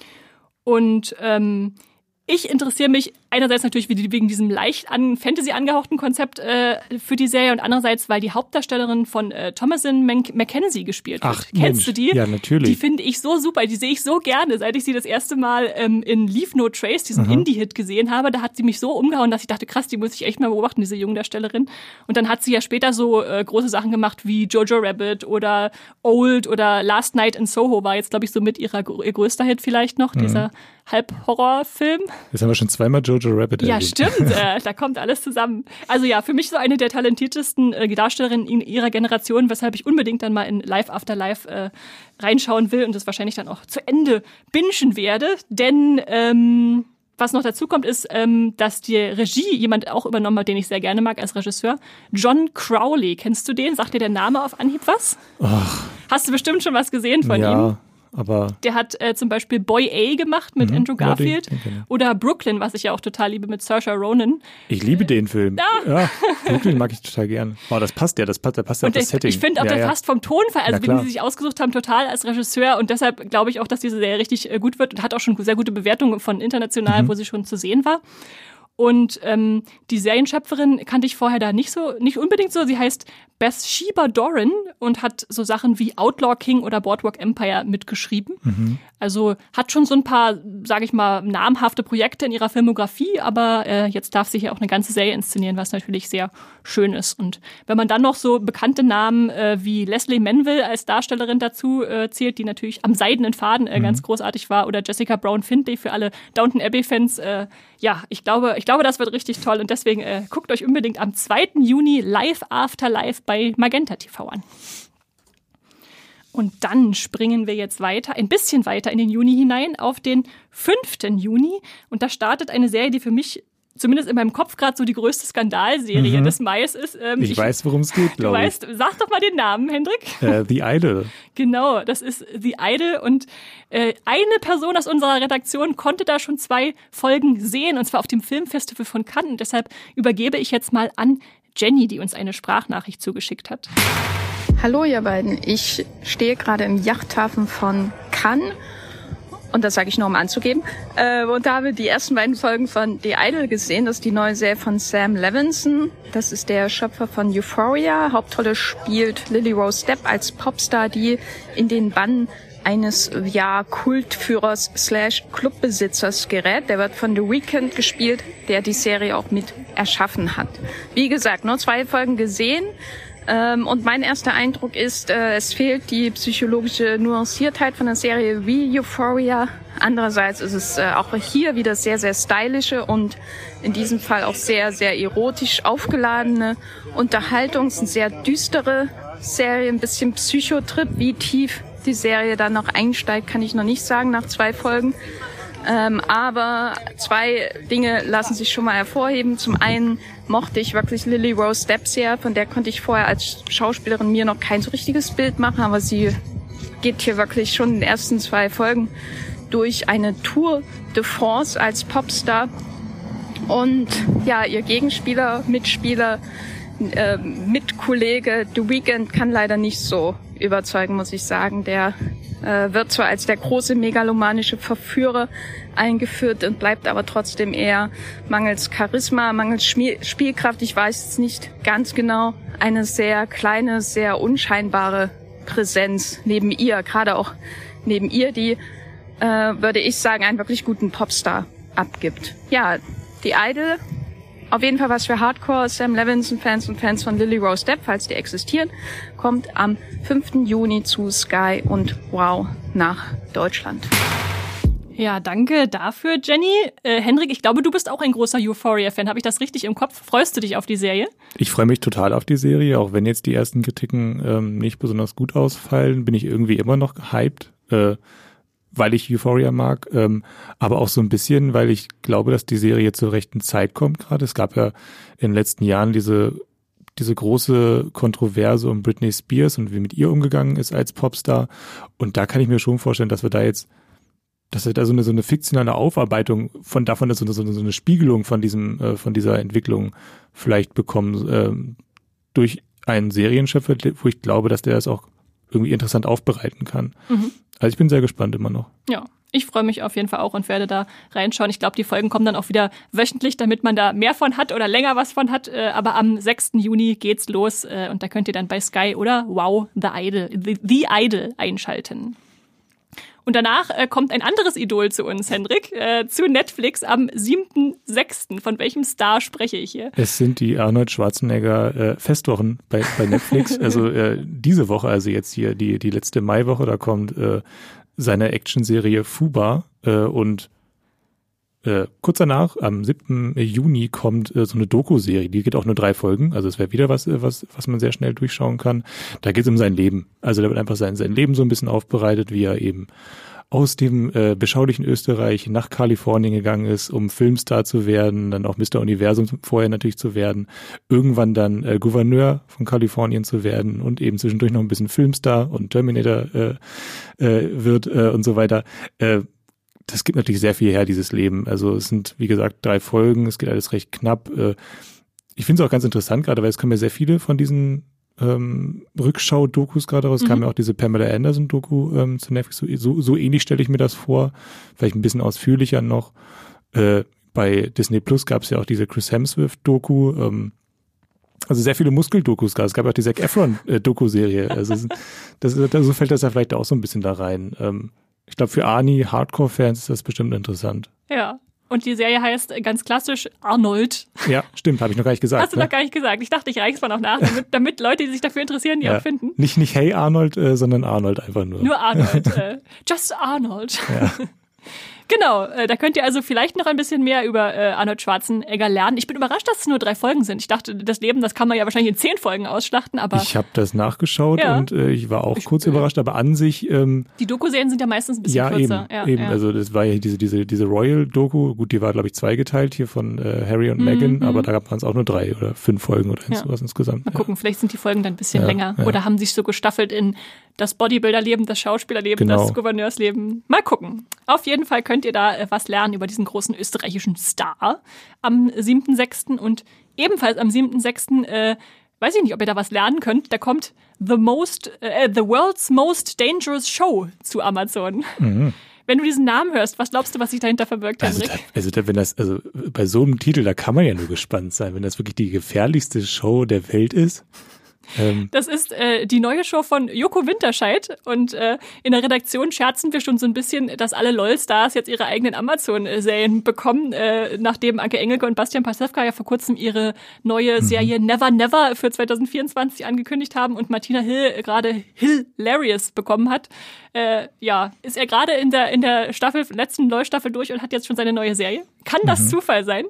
Und ähm, ich interessiere mich einerseits natürlich wegen diesem leicht an Fantasy angehauchten Konzept äh, für die Serie und andererseits, weil die Hauptdarstellerin von äh, Thomasin Mackenzie gespielt wird. Ach, Kennst Mensch. du die? Ja, natürlich. Die finde ich so super, die sehe ich so gerne, seit ich sie das erste Mal ähm, in Leave No Trace, diesen Aha. Indie-Hit gesehen habe. Da hat sie mich so umgehauen, dass ich dachte, krass, die muss ich echt mal beobachten, diese junge Darstellerin. Und dann hat sie ja später so äh, große Sachen gemacht wie Jojo Rabbit oder Old oder Last Night in Soho war jetzt, glaube ich, so mit ihrer ihr größter Hit vielleicht noch, mhm. dieser Halb-Horror-Film. Jetzt haben wir schon zweimal Jojo Rabbit Ja, erwähnt. Stimmt, äh, da kommt alles zusammen. Also ja, für mich so eine der talentiertesten äh, Darstellerinnen in ihrer Generation, weshalb ich unbedingt dann mal in Life After Life äh, reinschauen will und das wahrscheinlich dann auch zu Ende bingen werde. Denn ähm, was noch dazu kommt, ist, ähm, dass die Regie jemand auch übernommen hat, den ich sehr gerne mag als Regisseur. John Crowley, kennst du den? Sagt dir der Name auf Anhieb was? Ach. Hast du bestimmt schon was gesehen von ja. ihm? Aber der hat äh, zum Beispiel Boy A gemacht mit mhm, Andrew Garfield ja, den, den oder Brooklyn, was ich ja auch total liebe, mit Saoirse Ronan. Ich liebe den Film. Ja, ja Brooklyn mag ich total gern. Oh, das passt ja, das passt, das passt ja auf das ich, Setting. Ich finde auch, ja, der ja. passt vom Tonfall, also ja, wie sie sich ausgesucht haben, total als Regisseur und deshalb glaube ich auch, dass diese Serie richtig äh, gut wird und hat auch schon sehr gute Bewertungen von international, mhm. wo sie schon zu sehen war. Und ähm, die Serienschöpferin kannte ich vorher da nicht so, nicht unbedingt so. Sie heißt Bathsheba Doran und hat so Sachen wie Outlaw King oder Boardwalk Empire mitgeschrieben. Mhm. Also hat schon so ein paar, sage ich mal, namhafte Projekte in ihrer Filmografie, aber äh, jetzt darf sie hier auch eine ganze Serie inszenieren, was natürlich sehr schön ist. Und wenn man dann noch so bekannte Namen äh, wie Leslie Manville als Darstellerin dazu äh, zählt, die natürlich am seidenen Faden äh, mhm. ganz großartig war, oder Jessica Brown Findlay für alle Downton Abbey-Fans, äh, ja, ich glaube, ich glaube, das wird richtig toll und deswegen äh, guckt euch unbedingt am zweiten Juni Live After Live bei Magenta T V an. Und dann springen wir jetzt weiter, ein bisschen weiter in den Juni hinein, auf den fünften Juni. Und da startet eine Serie, die für mich zumindest in meinem Kopf gerade so die größte Skandalserie mhm. des Mai ist. Ähm, ich, ich weiß, worum es geht, glaube ich. Du weißt, sag doch mal den Namen, Hendrik. Uh, The Idol. Genau, das ist The Idol. Und äh, eine Person aus unserer Redaktion konnte da schon zwei Folgen sehen, und zwar auf dem Filmfestival von Cannes. Und deshalb übergebe ich jetzt mal an Jenny, die uns eine Sprachnachricht zugeschickt hat. Hallo ihr beiden, ich stehe gerade im Yachthafen von Cannes und das sage ich nur, um anzugeben, äh, und habe die ersten beiden Folgen von The Idol gesehen. Das ist die neue Serie von Sam Levinson, das ist der Schöpfer von Euphoria. Hauptrolle spielt Lily Rose Depp als Popstar, die in den Bann eines ja Kultführers slash Clubbesitzers gerät. Der wird von The Weeknd gespielt, der die Serie auch mit erschaffen hat. Wie gesagt, nur zwei Folgen gesehen. Und mein erster Eindruck ist, es fehlt die psychologische Nuanciertheit von der Serie wie Euphoria. Andererseits ist es auch hier wieder sehr, sehr stylische und in diesem Fall auch sehr, sehr erotisch aufgeladene Unterhaltung. Es ist eine sehr düstere Serie, ein bisschen Psychotrip. Wie tief die Serie dann noch einsteigt, kann ich noch nicht sagen nach zwei Folgen. Ähm, aber zwei Dinge lassen sich schon mal hervorheben. Zum einen mochte ich wirklich Lily Rose Depp sehr, von der konnte ich vorher als Schauspielerin mir noch kein so richtiges Bild machen, aber sie geht hier wirklich schon in den ersten zwei Folgen durch eine Tour de France als Popstar. Und ja, ihr Gegenspieler, Mitspieler, äh, Mitkollege The Weeknd kann leider nicht so überzeugen, muss ich sagen. Der äh, wird zwar als der große megalomanische Verführer eingeführt und bleibt aber trotzdem eher mangels Charisma, mangels Schmiel- Spielkraft, ich weiß es nicht ganz genau, eine sehr kleine, sehr unscheinbare Präsenz neben ihr, gerade auch neben ihr, die, äh, würde ich sagen, einen wirklich guten Popstar abgibt. Ja, The Idol, auf jeden Fall was für Hardcore Sam Levinson-Fans und Fans von Lily Rose Depp, falls die existieren, kommt am fünften Juni zu Sky und Wow nach Deutschland. Ja, danke dafür, Jenny. Äh, Hendrik, ich glaube, du bist auch ein großer Euphoria-Fan. Habe ich das richtig im Kopf? Freust du dich auf die Serie? Ich freue mich total auf die Serie, auch wenn jetzt die ersten Kritiken ähm, nicht besonders gut ausfallen, bin ich irgendwie immer noch gehypt, äh, weil ich Euphoria mag, ähm, aber auch so ein bisschen, weil ich glaube, dass die Serie zur rechten Zeit kommt gerade. Es gab ja in den letzten Jahren diese diese große Kontroverse um Britney Spears und wie mit ihr umgegangen ist als Popstar. Und da kann ich mir schon vorstellen, dass wir da jetzt dass wir da so eine, so eine fiktionale Aufarbeitung von davon, dass so eine, so eine Spiegelung von diesem, äh, von dieser Entwicklung vielleicht bekommen, äh, durch einen Serienschöpfer, wo ich glaube, dass der das auch irgendwie interessant aufbereiten kann. Mhm. Also ich bin sehr gespannt immer noch. Ja, ich freue mich auf jeden Fall auch und werde da reinschauen. Ich glaube, die Folgen kommen dann auch wieder wöchentlich, damit man da mehr von hat oder länger was von hat. Aber am sechsten Juni geht's los und da könnt ihr dann bei Sky oder Wow, The Idol, The, The Idol einschalten. Und danach äh, kommt ein anderes Idol zu uns, Hendrik, äh, zu Netflix am siebten sechsten Von welchem Star spreche ich hier? Es sind die Arnold Schwarzenegger äh, Festwochen bei, bei Netflix. Also äh, diese Woche, also jetzt hier die, die letzte Maiwoche, da kommt äh, seine Actionserie Fuba äh, und äh, kurz danach, am siebten Juni, kommt äh, so eine Doku-Serie, die geht auch nur drei Folgen, also es wäre wieder was, was was man sehr schnell durchschauen kann. Da geht es um sein Leben, also da wird einfach sein, sein Leben so ein bisschen aufbereitet, wie er eben aus dem äh, beschaulichen Österreich nach Kalifornien gegangen ist, um Filmstar zu werden, dann auch Mister Universum vorher natürlich zu werden, irgendwann dann äh, Gouverneur von Kalifornien zu werden und eben zwischendurch noch ein bisschen Filmstar und Terminator äh, äh, wird äh, und so weiter. Äh, Das gibt natürlich sehr viel her, dieses Leben. Also es sind, wie gesagt, drei Folgen, es geht alles recht knapp. Ich finde es auch ganz interessant gerade, weil es kommen ja sehr viele von diesen ähm, Rückschau-Dokus gerade raus. Es mhm. kam ja auch diese Pamela Anderson-Doku ähm, zu Netflix. So, so, so ähnlich stelle ich mir das vor, vielleicht ein bisschen ausführlicher noch. Äh, bei Disney Plus gab es ja auch diese Chris Hemsworth-Doku, ähm, also sehr viele Muskeldokus gab es. Es gab auch die Zac Efron-Doku-Serie. Also das, das, so fällt das ja vielleicht auch so ein bisschen da rein. Ähm, ich glaube, für Arnie, Hardcore-Fans ist das bestimmt interessant. Ja. Und die Serie heißt ganz klassisch Arnold. Ja, stimmt, habe ich noch gar nicht gesagt. Hast du ne? noch gar nicht gesagt. Ich dachte, ich reich's mal noch nach, damit, damit Leute, die sich dafür interessieren, die ja. auch finden. Nicht, nicht Hey Arnold, äh, sondern Arnold einfach nur. Nur Arnold. äh, just Arnold. Ja. Genau, äh, da könnt ihr also vielleicht noch ein bisschen mehr über äh, Arnold Schwarzenegger lernen. Ich bin überrascht, dass es nur drei Folgen sind. Ich dachte, das Leben, das kann man ja wahrscheinlich in zehn Folgen ausschlachten, aber... Ich habe das nachgeschaut ja. und äh, ich war auch ich, kurz äh, überrascht, aber an sich... Ähm, die Doku-Serien sind ja meistens ein bisschen ja, kürzer. Eben, ja, eben. Ja, Also das war ja diese, diese, diese Royal-Doku, gut, die war, glaube ich, zweigeteilt hier von äh, Harry und mhm, Meghan, mhm. aber da gab es auch nur drei oder fünf Folgen oder ja. sowas insgesamt. Mal gucken, ja. vielleicht sind die Folgen dann ein bisschen ja, länger ja. oder haben sich so gestaffelt in das Bodybuilder-Leben, das Schauspielerleben, genau. das Gouverneursleben. Mal gucken. Auf jeden Fall könnt ihr da äh, was lernen über diesen großen österreichischen Star am siebten sechsten und ebenfalls am siebten sechsten Äh, weiß ich nicht, ob ihr da was lernen könnt. Da kommt The Most, äh, The World's Most Dangerous Show zu Amazon. Mhm. Wenn du diesen Namen hörst, was glaubst du, was sich dahinter verbirgt, also Henrik? Da, also da, wenn das, also bei so einem Titel, da kann man ja nur gespannt sein, wenn das wirklich die gefährlichste Show der Welt ist. Ähm. Das ist äh, die neue Show von Joko Winterscheid und äh, in der Redaktion scherzen wir schon so ein bisschen, dass alle LOL-Stars jetzt ihre eigenen Amazon-Serien bekommen, äh, nachdem Anke Engelke und Bastian Pastewka ja vor kurzem ihre neue Serie mhm. Never Never für zwanzig vierundzwanzig angekündigt haben und Martina Hill gerade Hilarious bekommen hat. Äh, ja, ist er gerade in der in der Staffel letzten LOL-Staffel durch und hat jetzt schon seine neue Serie? Kann das mhm. Zufall sein?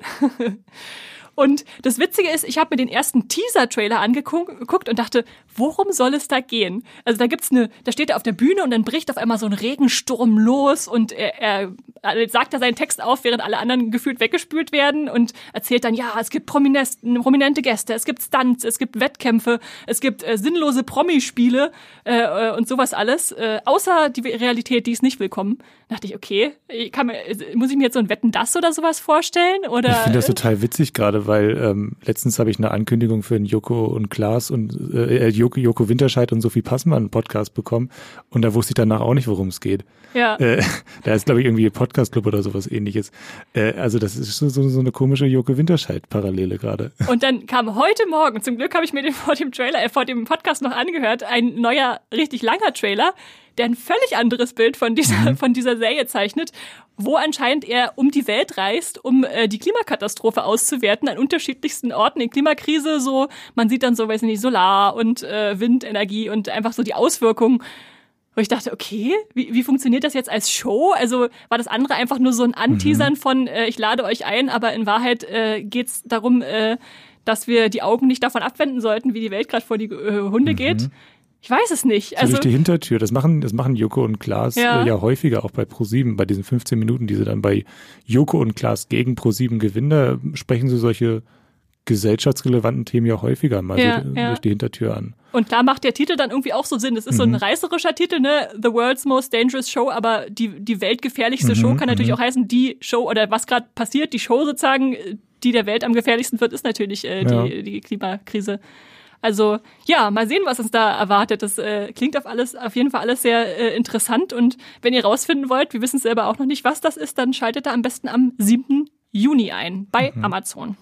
Und das Witzige ist, ich habe mir den ersten Teaser-Trailer angeguckt und dachte, worum soll es da gehen? Also da gibt's eine, da steht er auf der Bühne und dann bricht auf einmal so ein Regensturm los und er, er, er sagt da seinen Text auf, während alle anderen gefühlt weggespült werden und erzählt dann, ja, es gibt prominente Gäste, es gibt Stunts, es gibt Wettkämpfe, es gibt äh, sinnlose Promispiele äh, und sowas alles, äh, außer die Realität, die ist nicht willkommen. Da dachte ich, okay, ich kann mir, muss ich mir jetzt so ein Wetten, das oder sowas vorstellen? Oder? Ich finde das total witzig gerade, weil ähm, letztens habe ich eine Ankündigung für einen Joko und Klaas und äh, Joko, Joko Winterscheid und Sophie Passmann Podcast bekommen und da wusste ich danach auch nicht, worum es geht. Ja. Äh, da ist, glaube ich, irgendwie ein Podcast-Club oder sowas ähnliches. Äh, also das ist so, so, so eine komische Joko Winterscheid-Parallele gerade. Und dann kam heute Morgen, zum Glück habe ich mir den vor dem Trailer, äh, vor dem Podcast noch angehört, ein neuer, richtig langer Trailer, der ein völlig anderes Bild von dieser, mhm. von dieser Serie zeichnet, wo anscheinend er um die Welt reist, um äh, die Klimakatastrophe auszuwerten an unterschiedlichsten Orten in Klimakrise. So, man sieht dann so, weiß ich nicht, Solar- und äh, Windenergie und einfach so die Auswirkungen. Wo ich dachte, okay, wie, wie funktioniert das jetzt als Show? Also war das andere einfach nur so ein Anteasern mhm. von, äh, ich lade euch ein, aber in Wahrheit äh, geht's darum, äh, dass wir die Augen nicht davon abwenden sollten, wie die Welt gerade vor die äh, Hunde mhm. geht. Ich weiß es nicht. Also so durch die Hintertür. Das machen, das machen Joko und Klaas ja. Äh, ja häufiger, auch bei ProSieben, bei diesen fünfzehn Minuten, die sie dann bei Joko und Klaas gegen ProSieben gewinnen, da sprechen sie solche gesellschaftsrelevanten Themen ja häufiger mal ja, so, ja. durch die Hintertür an. Und da macht der Titel dann irgendwie auch so Sinn. Das ist mhm. so ein reißerischer Titel, ne? The World's Most Dangerous Show, aber die, die weltgefährlichste mhm, Show kann natürlich mhm. auch heißen, die Show oder was gerade passiert, die Show sozusagen, die der Welt am gefährlichsten wird, ist natürlich äh, die, ja. die Klimakrise. Also ja, mal sehen, was uns da erwartet. Das äh, klingt auf alles, auf jeden Fall alles sehr äh, interessant. Und wenn ihr rausfinden wollt, wir wissen es selber auch noch nicht, was das ist, dann schaltet da am besten am siebten Juni ein bei mhm. Amazon.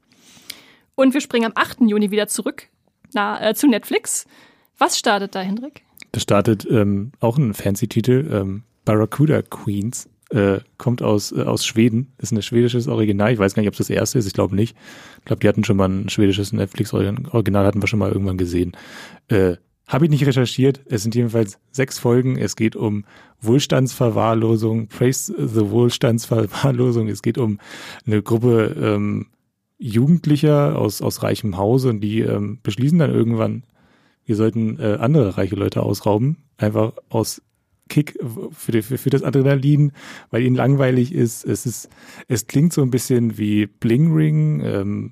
Und wir springen am achten Juni wieder zurück na, äh, zu Netflix. Was startet da, Hendrik? Das startet ähm, auch ein Fancy-Titel, ähm, Barracuda Queens. Äh, kommt aus äh, aus Schweden, ist ein schwedisches Original. Ich weiß gar nicht, ob es das erste ist, ich glaube nicht. Ich glaube, die hatten schon mal ein schwedisches Netflix-Original, hatten wir schon mal irgendwann gesehen. Äh, Habe ich nicht recherchiert. Es sind jedenfalls sechs Folgen. Es geht um Wohlstandsverwahrlosung, Praise the Wohlstandsverwahrlosung. Es geht um eine Gruppe ähm, Jugendlicher aus aus reichem Hause und die ähm, beschließen dann irgendwann, wir sollten äh, andere reiche Leute ausrauben, einfach aus Kick für, die, für, für das Adrenalin, weil ihnen langweilig ist. Es ist, es klingt so ein bisschen wie Bling Ring, ähm,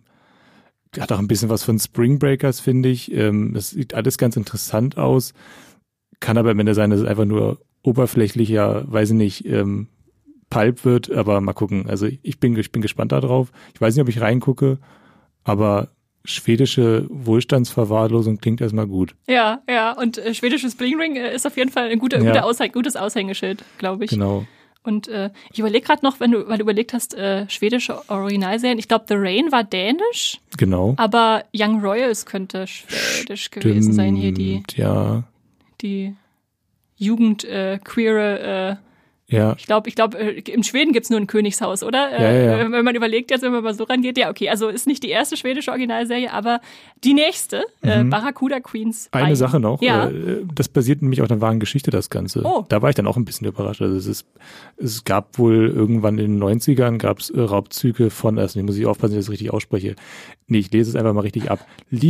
hat auch ein bisschen was von Spring Breakers, finde ich. Ähm, es sieht alles ganz interessant aus, kann aber am Ende sein, dass es einfach nur oberflächlicher, weiß ich nicht, ähm, Pulp wird, aber mal gucken. Also ich bin, ich bin gespannt darauf. Ich weiß nicht, ob ich reingucke, aber schwedische Wohlstandsverwahrlosung klingt erstmal gut. Ja, ja, und äh, schwedisches Bling Ring äh, ist auf jeden Fall ein guter, ja. guter Aushäng- gutes Aushängeschild, glaube ich. Genau. Und äh, ich überlege gerade noch, wenn du, weil du überlegt hast, äh, schwedische Originalserien. Ich glaube, The Rain war dänisch. Genau. Aber Young Royals könnte schwedisch Stimmt, gewesen sein. Hier die, ja. die Jugend äh, queere äh, Ja. Ich glaube, ich glaube, in Schweden gibt's nur ein Königshaus, oder? Ja, ja, ja. Wenn man überlegt, jetzt, wenn man mal so rangeht, ja, okay, also ist nicht die erste schwedische Originalserie, aber die nächste, mhm. äh, Barracuda Queens. Eine Bein. Sache noch, ja. äh, das basiert nämlich auf einer wahren Geschichte, das Ganze. Oh. Da war ich dann auch ein bisschen überrascht. Also es, ist, es gab wohl irgendwann in den neunzigern gab's äh, Raubzüge von, also ich muss ich aufpassen, dass ich das richtig ausspreche. Nee, ich lese es einfach mal richtig ab.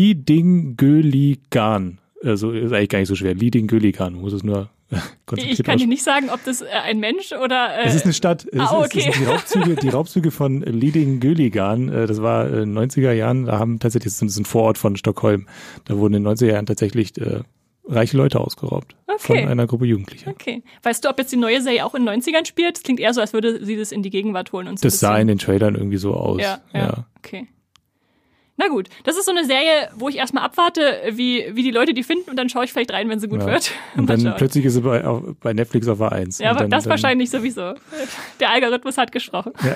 Lidingöligan. Also ist eigentlich gar nicht so schwer. Lidingöligan, muss es nur Ich kann dir nicht sagen, ob das äh, ein Mensch oder... Äh, es ist eine Stadt. Es, ah, okay. es, es sind die Raubzüge, die Raubzüge von Lidingöligan. Äh, das war in den neunziger Jahren. Da haben tatsächlich, das ist ein Vorort von Stockholm. Da wurden in den neunziger Jahren tatsächlich äh, reiche Leute ausgeraubt. Okay. Von einer Gruppe Jugendlicher. Okay. Weißt du, ob jetzt die neue Serie auch in den neunzigern spielt? Das klingt eher so, als würde sie das in die Gegenwart holen. Und so das sah in den Trailern irgendwie so aus. Ja, ja, ja. Okay. Na gut, das ist so eine Serie, wo ich erstmal abwarte, wie, wie die Leute die finden und dann schaue ich vielleicht rein, wenn sie gut ja. wird. Und dann schauen. Plötzlich ist sie bei, auf, bei Netflix auf A eins. Ja, aber dann, das dann, wahrscheinlich sowieso. Der Algorithmus hat gesprochen. Ja.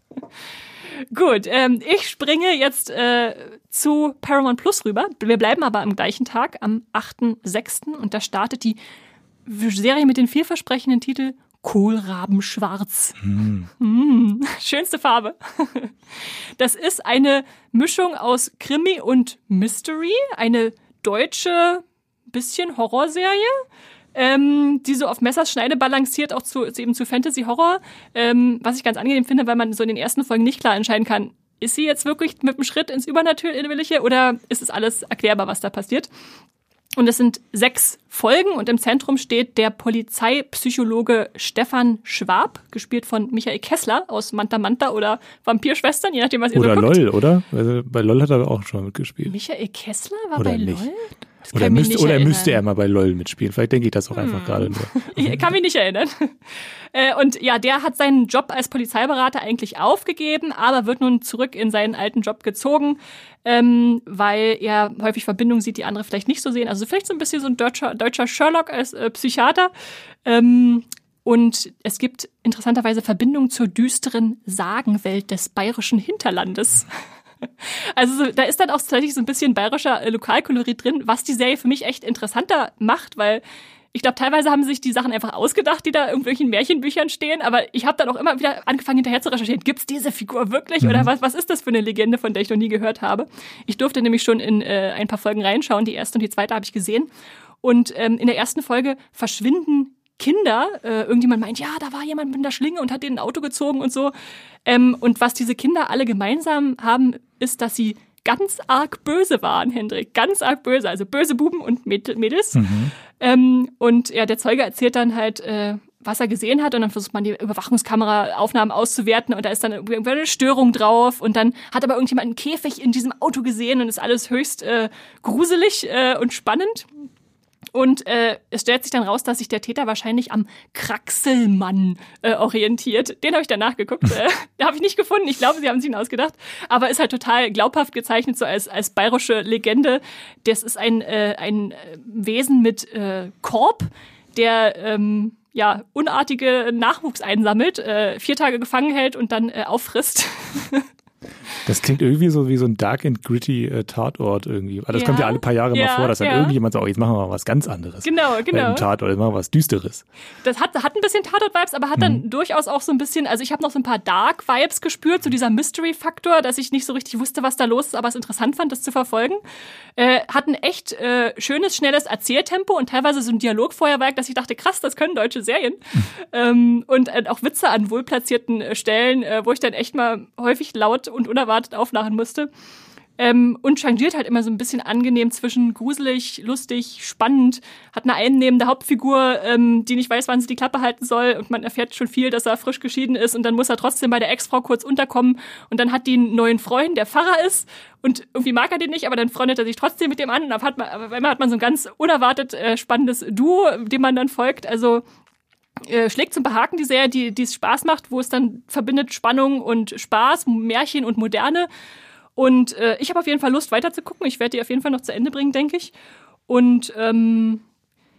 Gut, ähm, ich springe jetzt äh, zu Paramount Plus rüber. Wir bleiben aber am gleichen Tag, am achten sechsten und da startet die Serie mit dem vielversprechenden Titel Kohlrabenschwarz. Mm. Mm, schönste Farbe. Das ist eine Mischung aus Krimi und Mystery, eine deutsche, bisschen Horrorserie, ähm, die so auf Messers Schneide balanciert, auch zu, eben zu Fantasy-Horror, ähm, was ich ganz angenehm finde, weil man so in den ersten Folgen nicht klar entscheiden kann, ist sie jetzt wirklich mit einem Schritt ins Übernatürliche oder ist es alles erklärbar, was da passiert? Und es sind sechs Folgen und im Zentrum steht der Polizeipsychologe Stefan Schwab, gespielt von Michael Kessler aus Manta Manta oder Vampirschwestern, je nachdem, was ihr oder so guckt. LOL, oder? Also bei LOL hat er auch schon mitgespielt. Michael Kessler war oder bei nicht. LOL? Das oder müsste, oder müsste er mal bei LOL mitspielen. Vielleicht denke ich das auch hm. einfach gerade nur. Ich kann mich nicht erinnern. Und ja, der hat seinen Job als Polizeiberater eigentlich aufgegeben, aber wird nun zurück in seinen alten Job gezogen, ähm, weil er häufig Verbindungen sieht, die andere vielleicht nicht so sehen. Also vielleicht so ein bisschen so ein deutscher, deutscher Sherlock als äh, Psychiater. Ähm, und es gibt interessanterweise Verbindungen zur düsteren Sagenwelt des bayerischen Hinterlandes. Also da ist dann auch tatsächlich so ein bisschen bayerischer äh, Lokalkolorit drin, was die Serie für mich echt interessanter macht, weil ich glaube, teilweise haben sich die Sachen einfach ausgedacht, die da in irgendwelchen Märchenbüchern stehen, aber ich habe dann auch immer wieder angefangen, hinterher zu recherchieren, gibt's diese Figur wirklich mhm. oder was, was ist das für eine Legende, von der ich noch nie gehört habe? Ich durfte nämlich schon in äh, ein paar Folgen reinschauen, die erste und die zweite habe ich gesehen und ähm, in der ersten Folge verschwinden Kinder, äh, irgendjemand meint, ja, da war jemand mit einer Schlinge und hat denen ein Auto gezogen und so. Ähm, und was diese Kinder alle gemeinsam haben, ist, dass sie ganz arg böse waren, Hendrik. Ganz arg böse. Also böse Buben und Mädels. Mhm. Ähm, und ja, der Zeuge erzählt dann halt, äh, was er gesehen hat und dann versucht man die Überwachungskameraaufnahmen auszuwerten und da ist dann irgendwie eine Störung drauf und dann hat aber irgendjemand einen Käfig in diesem Auto gesehen und ist alles höchst äh, gruselig äh, und spannend. Und äh, es stellt sich dann raus, dass sich der Täter wahrscheinlich am Kraxelmann äh, orientiert. Den habe ich danach geguckt. Äh, den habe ich nicht gefunden. Ich glaube, sie haben sich ihn ausgedacht. Aber ist halt total glaubhaft gezeichnet, so als, als bayerische Legende. Das ist ein, äh, ein Wesen mit äh, Korb, der ähm, ja unartige Nachwuchs einsammelt, äh, vier Tage gefangen hält und dann äh, auffrisst. Das klingt irgendwie so wie so ein dark and gritty äh, Tatort irgendwie. Aber das ja, kommt ja alle paar Jahre ja, mal vor, dass dann ja. irgendjemand sagt, oh, jetzt machen wir mal was ganz anderes. Genau, genau. Bei einem Tatort, jetzt machen wir was Düsteres. Das hat, hat ein bisschen Tatort-Vibes, aber hat dann mhm. durchaus auch so ein bisschen, also ich habe noch so ein paar Dark-Vibes gespürt, so dieser Mystery-Faktor, dass ich nicht so richtig wusste, was da los ist, aber es interessant fand, das zu verfolgen. Äh, hat ein echt äh, schönes, schnelles Erzähltempo und teilweise so ein Dialogfeuerwerk, dass ich dachte, krass, das können deutsche Serien. Mhm. Ähm, und äh, auch Witze an wohlplatzierten äh, Stellen, äh, wo ich dann echt mal häufig laut und unerwartet auflachen musste. Ähm, und changiert halt immer so ein bisschen angenehm zwischen gruselig, lustig, spannend. Hat eine einnehmende Hauptfigur, ähm, die nicht weiß, wann sie die Klappe halten soll und man erfährt schon viel, dass er frisch geschieden ist und dann muss er trotzdem bei der Ex-Frau kurz unterkommen und dann hat die einen neuen Freund, der Pfarrer ist und irgendwie mag er den nicht, aber dann freundet er sich trotzdem mit dem an und auf hat man, auf einmal hat man so ein ganz unerwartet äh, spannendes Duo, dem man dann folgt. Also Äh, schlägt zum Behaken die Serie, die, die es Spaß macht, wo es dann verbindet Spannung und Spaß, Märchen und Moderne. Und äh, ich habe auf jeden Fall Lust, weiter zu gucken. Ich werde die auf jeden Fall noch zu Ende bringen, denke ich. Und ähm,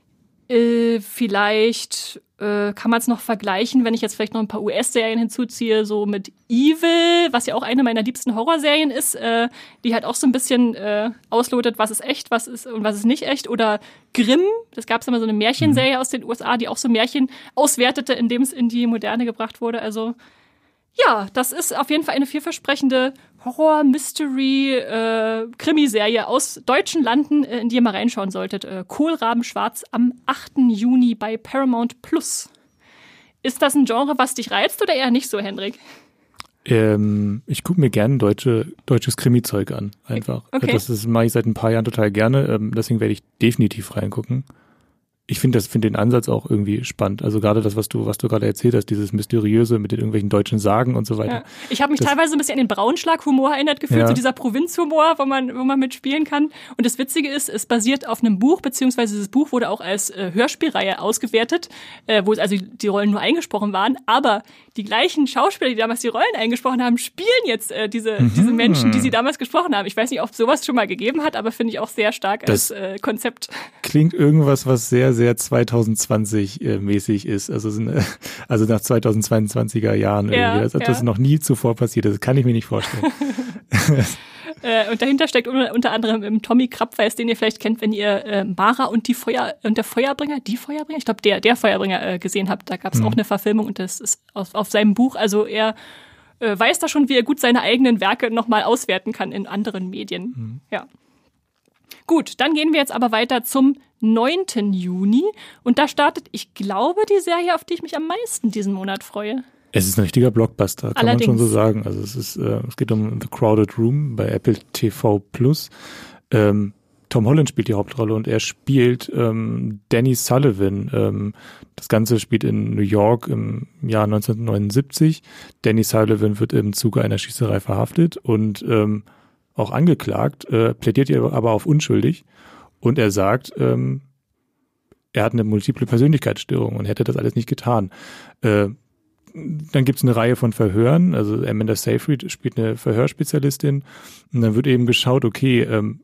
Äh, vielleicht äh, kann man es noch vergleichen, wenn ich jetzt vielleicht noch ein paar U S-Serien hinzuziehe, so mit Evil, was ja auch eine meiner liebsten Horrorserien ist, äh, die halt auch so ein bisschen äh, auslotet, was ist echt, was ist und was ist nicht echt. Oder Grimm, das gab es immer so eine Märchenserie mhm. aus den U S A, die auch so Märchen auswertete, indem es in die Moderne gebracht wurde. Also ja, das ist auf jeden Fall eine vielversprechende Horror-, Mystery-, äh, Krimiserie aus deutschen Landen, äh, in die ihr mal reinschauen solltet. Äh, Kohlrabenschwarz am achten Juni bei Paramount Plus. Ist das ein Genre, was dich reizt oder eher nicht so, Hendrik? Ähm, ich gucke mir gerne deutsche, deutsches Krimi-Zeug an, einfach. Okay. Das, das mache ich seit ein paar Jahren total gerne, ähm, deswegen werde ich definitiv reingucken. Ich finde das, finde den Ansatz auch irgendwie spannend. Also gerade das, was du, was du gerade erzählt hast, dieses Mysteriöse mit den irgendwelchen deutschen Sagen und so weiter. Ja. Ich habe mich das, teilweise ein bisschen an den Braunschlag-Humor erinnert gefühlt, ja. so dieser Provinzhumor, wo man, wo man mitspielen kann. Und das Witzige ist, es basiert auf einem Buch, beziehungsweise dieses Buch wurde auch als äh, Hörspielreihe ausgewertet, äh, wo also die Rollen nur eingesprochen waren. Aber die gleichen Schauspieler, die damals die Rollen eingesprochen haben, spielen jetzt äh, diese, mhm. diese Menschen, die sie damals gesprochen haben. Ich weiß nicht, ob es sowas schon mal gegeben hat, aber finde ich auch sehr stark als äh, Konzept. Klingt irgendwas, was sehr, sehr zweitausendzwanzig äh, mäßig ist. Also, sind, äh, also nach zweitausendzweiundzwanziger Jahren irgendwie. Ja, Das, das ja. ist noch nie zuvor passiert. Das kann ich mir nicht vorstellen. Äh, und dahinter steckt unter, unter anderem im Tommy Krabweis, den ihr vielleicht kennt, wenn ihr äh, Mara und die Feuer und der Feuerbringer, die Feuerbringer, ich glaube der der Feuerbringer äh, gesehen habt. Da gab es mhm. auch eine Verfilmung und das ist auf, auf seinem Buch. Also er äh, weiß da schon, wie er gut seine eigenen Werke nochmal auswerten kann in anderen Medien. Mhm. Ja. Gut, dann gehen wir jetzt aber weiter zum neunten Juni und da startet, ich glaube, die Serie, auf die ich mich am meisten diesen Monat freue. Es ist ein richtiger Blockbuster, kann Allerdings. man schon so sagen. Also es ist, äh, es geht um The Crowded Room bei Apple T V Plus. Ähm, Tom Holland spielt die Hauptrolle und er spielt ähm, Danny Sullivan. Ähm, das Ganze spielt in New York im Jahr neunzehnhundertneunundsiebzig. Danny Sullivan wird im Zuge einer Schießerei verhaftet und ähm, auch angeklagt, äh, plädiert ihr aber auf unschuldig. Und er sagt, ähm, er hat eine multiple Persönlichkeitsstörung und hätte das alles nicht getan. Äh, Dann gibt es eine Reihe von Verhören, also Amanda Seyfried spielt eine Verhörspezialistin und dann wird eben geschaut, okay, ähm,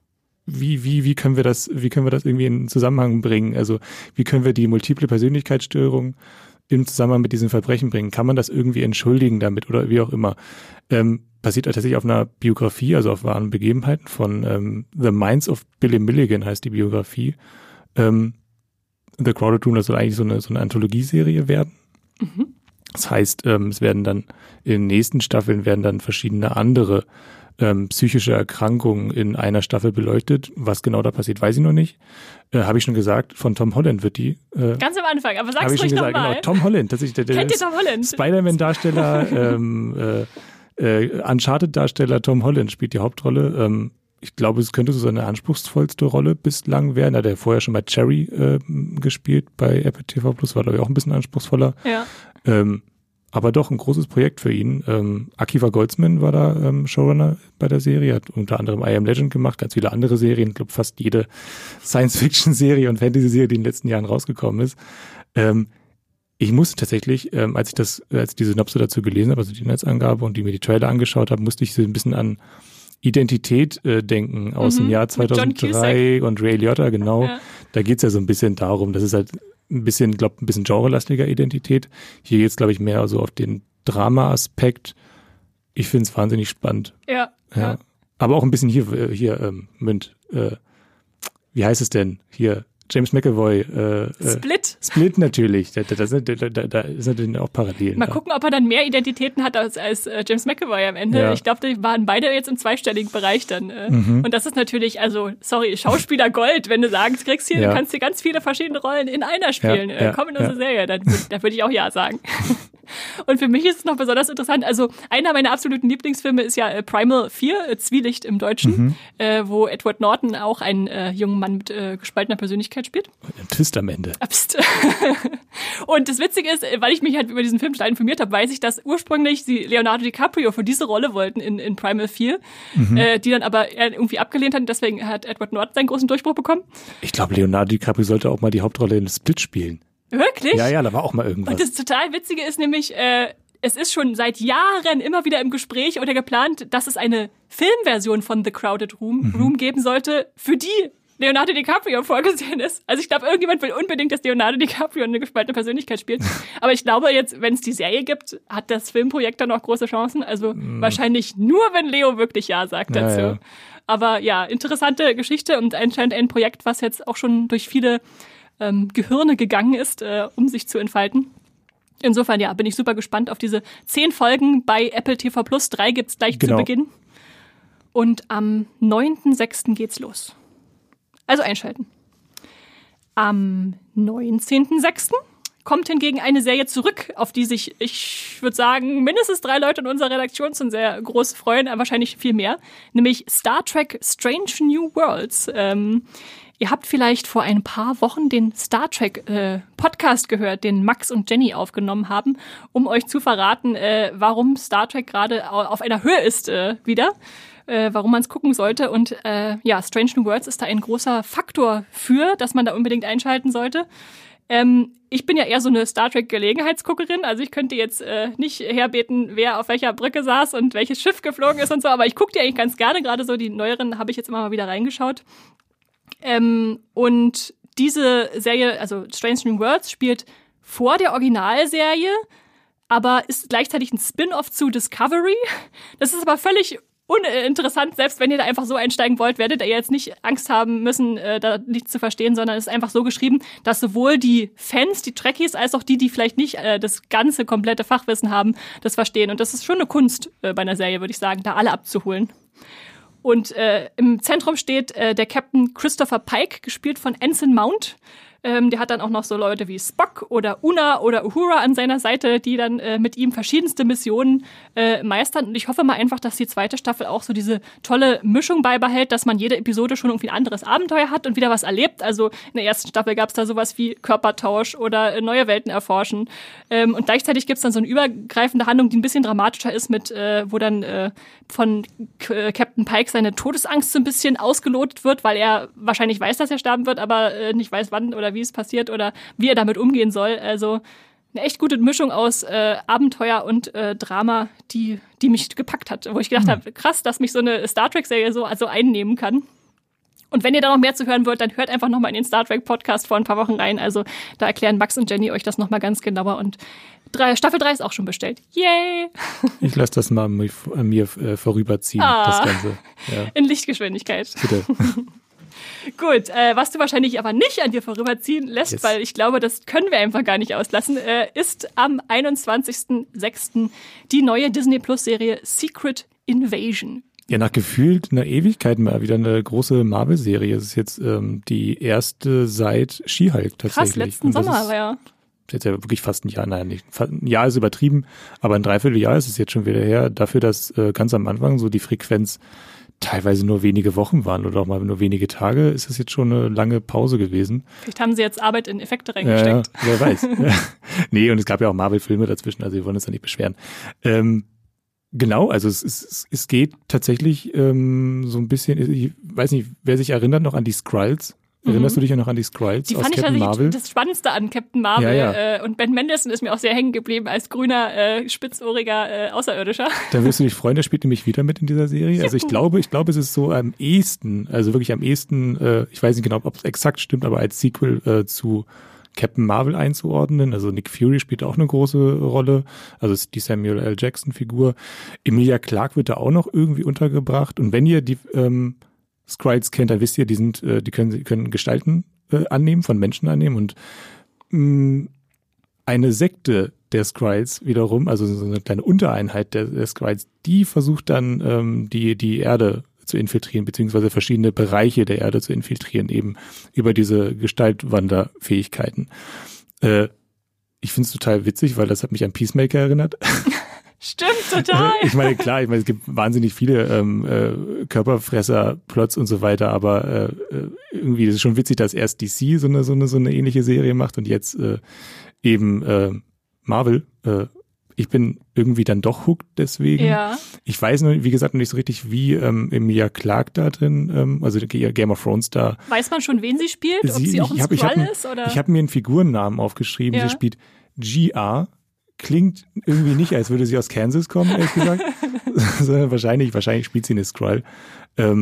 wie wie wie können wir das wie können wir das irgendwie in Zusammenhang bringen? Also wie können wir die multiple Persönlichkeitsstörung im Zusammenhang mit diesen Verbrechen bringen? Kann man das irgendwie entschuldigen damit oder wie auch immer? Ähm, basiert tatsächlich auf einer Biografie, also auf wahren Begebenheiten von ähm, The Minds of Billy Milligan heißt die Biografie. Ähm, The Crowded Room, das soll eigentlich so eine so eine Anthologieserie werden. Mhm. Das heißt, ähm, es werden dann in den nächsten Staffeln werden dann verschiedene andere ähm, psychische Erkrankungen in einer Staffel beleuchtet. Was genau da passiert, weiß ich noch nicht. Äh, Habe ich schon gesagt, von Tom Holland wird die. Äh, Ganz am Anfang, aber sag's ruhig nochmal. Genau, Tom Holland. Tatsächlich der, der Kennt ihr Tom Holland? Spider-Man-Darsteller, ähm, äh, äh, Uncharted-Darsteller Tom Holland spielt die Hauptrolle. Ähm, ich glaube, es könnte so seine anspruchsvollste Rolle bislang werden. Er hat ja vorher schon bei Cherry äh, gespielt bei Apple T V Plus, war glaube ich auch ein bisschen anspruchsvoller. Ja. Ähm, aber doch ein großes Projekt für ihn. Ähm, Akiva Goldsman war da ähm, Showrunner bei der Serie, hat unter anderem I Am Legend gemacht, ganz viele andere Serien, ich glaube fast jede Science-Fiction-Serie und Fantasy-Serie, die in den letzten Jahren rausgekommen ist. Ähm, ich musste tatsächlich, ähm, als ich das, als ich die Synopse dazu gelesen habe, also die Inhaltsangabe und die mir die Trailer angeschaut habe, musste ich so ein bisschen an Identität äh, denken aus mhm, dem Jahr zweitausenddrei und Ray Liotta, genau. Ja. Da geht's ja so ein bisschen darum, das ist halt ein bisschen, glaube ein bisschen genrelastiger Identität. Hier geht's, glaube ich, mehr so auf den Drama-Aspekt. Ich finde es wahnsinnig spannend. Ja, ja. ja. Aber auch ein bisschen hier, hier, ähm, Münd, äh, wie heißt es denn? Hier, James McAvoy. Äh, Split. Äh, Split natürlich. Da, da, da, da, da, da ist natürlich auch Parallelen. Mal da. gucken, ob er dann mehr Identitäten hat als, als äh, James McAvoy am Ende. Ja. Ich glaube, die waren beide jetzt im zweistelligen Bereich dann. Äh. Mhm. Und das ist natürlich, also, sorry, Schauspieler Gold, wenn du sagst, kriegst hier, ja. du kannst dir ganz viele verschiedene Rollen in einer spielen. Ja, äh, komm in unsere ja. Serie, dann, da würde ich auch ja sagen. Und für mich ist es noch besonders interessant, also einer meiner absoluten Lieblingsfilme ist ja äh, Primal vier, äh, Zwielicht im Deutschen, mhm. äh, wo Edward Norton auch einen äh, jungen Mann mit äh, gespaltener Persönlichkeit spielt. Ein Twist am Ende. Psst. Und das Witzige ist, weil ich mich halt über diesen Film schon informiert habe, weiß ich, dass ursprünglich sie Leonardo DiCaprio für diese Rolle wollten in, in Primal vier, mhm. äh, die dann aber er irgendwie abgelehnt hat, deswegen hat Edward Norton seinen großen Durchbruch bekommen. Ich glaube, Leonardo DiCaprio sollte auch mal die Hauptrolle in Split spielen. Wirklich? Ja, ja, da war auch mal irgendwas. Und das total Witzige ist nämlich, äh, es ist schon seit Jahren immer wieder im Gespräch oder geplant, dass es eine Filmversion von The Crowded Room, mhm. Room geben sollte, für die Leonardo DiCaprio vorgesehen ist. Also ich glaube, irgendjemand will unbedingt, dass Leonardo DiCaprio eine gespaltene Persönlichkeit spielt. Aber ich glaube jetzt, wenn es die Serie gibt, hat das Filmprojekt dann noch große Chancen. Also mm. wahrscheinlich nur, wenn Leo wirklich Ja sagt dazu. Ja, ja. Aber ja, interessante Geschichte und anscheinend ein Projekt, was jetzt auch schon durch viele ähm, Gehirne gegangen ist, äh, um sich zu entfalten. Insofern, ja, bin ich super gespannt auf diese zehn Folgen bei Apple T V Plus. Drei gibt's gleich genau. zu Beginn. Und am neunten sechsten geht's los. Also einschalten. Am neunzehnten sechsten kommt hingegen eine Serie zurück, auf die sich, ich würde sagen, mindestens drei Leute in unserer Redaktion schon sehr groß freuen, aber wahrscheinlich viel mehr. Nämlich Star Trek Strange New Worlds. Ähm, Ihr habt vielleicht vor ein paar Wochen den Star Trek äh, Podcast gehört, den Max und Jenny aufgenommen haben, um euch zu verraten, äh, warum Star Trek gerade auf einer Höhe ist äh, wieder, äh, warum man es gucken sollte. Und äh, ja, Strange New Worlds ist da ein großer Faktor für, dass man da unbedingt einschalten sollte. Ähm, ich bin ja eher so eine Star Trek-Gelegenheitsguckerin, also ich könnte jetzt äh, nicht herbeten, wer auf welcher Brücke saß und welches Schiff geflogen ist und so, aber ich gucke die eigentlich ganz gerne, gerade so die neueren habe ich jetzt immer mal wieder reingeschaut. Ähm, und diese Serie, also Strange New Worlds, spielt vor der Originalserie, aber ist gleichzeitig ein Spin-off zu Discovery. Das ist aber völlig uninteressant, selbst wenn ihr da einfach so einsteigen wollt, werdet ihr jetzt nicht Angst haben müssen, äh, da nichts zu verstehen, sondern es ist einfach so geschrieben, dass sowohl die Fans, die Trekkies, als auch die, die vielleicht nicht äh, das ganze komplette Fachwissen haben, das verstehen. Und das ist schon eine Kunst äh, bei einer Serie, würde ich sagen, da alle abzuholen. Und äh, im Zentrum steht äh, der Captain Christopher Pike, gespielt von Anson Mount. Ähm, der hat dann auch noch so Leute wie Spock oder Una oder Uhura an seiner Seite, die dann äh, mit ihm verschiedenste Missionen äh, meistern. Und ich hoffe mal einfach, dass die zweite Staffel auch so diese tolle Mischung beibehält, dass man jede Episode schon irgendwie ein anderes Abenteuer hat und wieder was erlebt. Also in der ersten Staffel gab es da sowas wie Körpertausch oder äh, neue Welten erforschen. Ähm, und gleichzeitig gibt es dann so eine übergreifende Handlung, die ein bisschen dramatischer ist, mit äh, wo dann äh, von äh, Captain Pike seine Todesangst so ein bisschen ausgelotet wird, weil er wahrscheinlich weiß, dass er sterben wird, aber äh, nicht weiß, wann oder wie es passiert oder wie er damit umgehen soll. Also eine echt gute Mischung aus äh, Abenteuer und äh, Drama, die die mich gepackt hat. Wo ich gedacht mhm. habe, krass, dass mich so eine Star Trek-Serie so also einnehmen kann. Und wenn ihr da noch mehr zu hören wollt, dann hört einfach nochmal in den Star Trek-Podcast vor ein paar Wochen rein. Also da erklären Max und Jenny euch das nochmal ganz genauer. Und drei, Staffel drei ist auch schon bestellt. Yay! Ich lasse das mal an mir, an mir äh, vorüberziehen, ah, das Ganze. Ja. In Lichtgeschwindigkeit. Bitte. Gut, äh, was du wahrscheinlich aber nicht an dir vorüberziehen lässt, yes. weil ich glaube, das können wir einfach gar nicht auslassen, äh, ist am einundzwanzigsten sechsten die neue Disney-Plus-Serie Secret Invasion. Ja, nach gefühlt einer Ewigkeit mal wieder eine große Marvel-Serie. Es ist jetzt ähm, die erste seit She-Hulk tatsächlich. Krass, letzten Sommer, ist, ja. Jetzt ja wirklich fast ein Jahr, nein, nicht, ein Jahr ist übertrieben, aber ein Dreivierteljahr ist es jetzt schon wieder her. Dafür, dass äh, ganz am Anfang so die Frequenz teilweise nur wenige Wochen waren oder auch mal nur wenige Tage, ist es jetzt schon eine lange Pause gewesen. Vielleicht haben sie jetzt Arbeit in Effekte reingesteckt. Ja, wer weiß. Nee, und es gab ja auch Marvel-Filme dazwischen, also wir wollen uns da nicht beschweren. Ähm, genau, also es, es, es geht tatsächlich ähm, so ein bisschen, ich weiß nicht, wer sich erinnert noch an die Skrulls? Erinnerst mhm. du dich ja noch an die Skrulls die aus fand Captain ich Marvel? Das Spannendste an Captain Marvel. Ja, ja. Äh, und Ben Mendelsohn ist mir auch sehr hängen geblieben als grüner, äh, spitzohriger äh, Außerirdischer. Dann wirst du dich freuen, der spielt nämlich wieder mit in dieser Serie. Also ich glaube, ich glaube, es ist so am ehesten, also wirklich am ehesten, äh, ich weiß nicht genau, ob es exakt stimmt, aber als Sequel äh, zu Captain Marvel einzuordnen. Also Nick Fury spielt auch eine große Rolle. Also die Samuel L. Jackson-Figur. Emilia Clarke wird da auch noch irgendwie untergebracht. Und wenn ihr die ähm, Skrulls kennt, dann wisst ihr, die sind, äh, die können, können Gestalten äh, annehmen, von Menschen annehmen und mh, eine Sekte der Skrulls wiederum, also so eine kleine Untereinheit der, der Skrulls, die versucht dann ähm, die die Erde zu infiltrieren, beziehungsweise verschiedene Bereiche der Erde zu infiltrieren, eben über diese Gestaltwanderfähigkeiten. Äh, ich finde es total witzig, weil das hat mich an Peacemaker erinnert. Stimmt, total. Ich meine, klar, ich meine, es gibt wahnsinnig viele ähm, äh, Körperfresser-Plots und so weiter, aber äh, irgendwie ist es schon witzig, dass erst D C so eine so eine so eine ähnliche Serie macht und jetzt äh, eben äh, Marvel. Äh, ich bin irgendwie dann doch hooked deswegen. Ja. Ich weiß nur, wie gesagt, noch nicht so richtig, wie ähm, Emilia Clarke da drin, ähm, also Game of Thrones da. Weiß man schon, wen sie spielt? Sie, ob sie auch ein hab, Skrull hab, ist? Oder? Ich habe mir einen Figurennamen aufgeschrieben. Ja. Sie spielt G R. Klingt irgendwie nicht, als würde sie aus Kansas kommen, ehrlich gesagt. Wahrscheinlich, wahrscheinlich spielt sie eine Skrull. Ähm,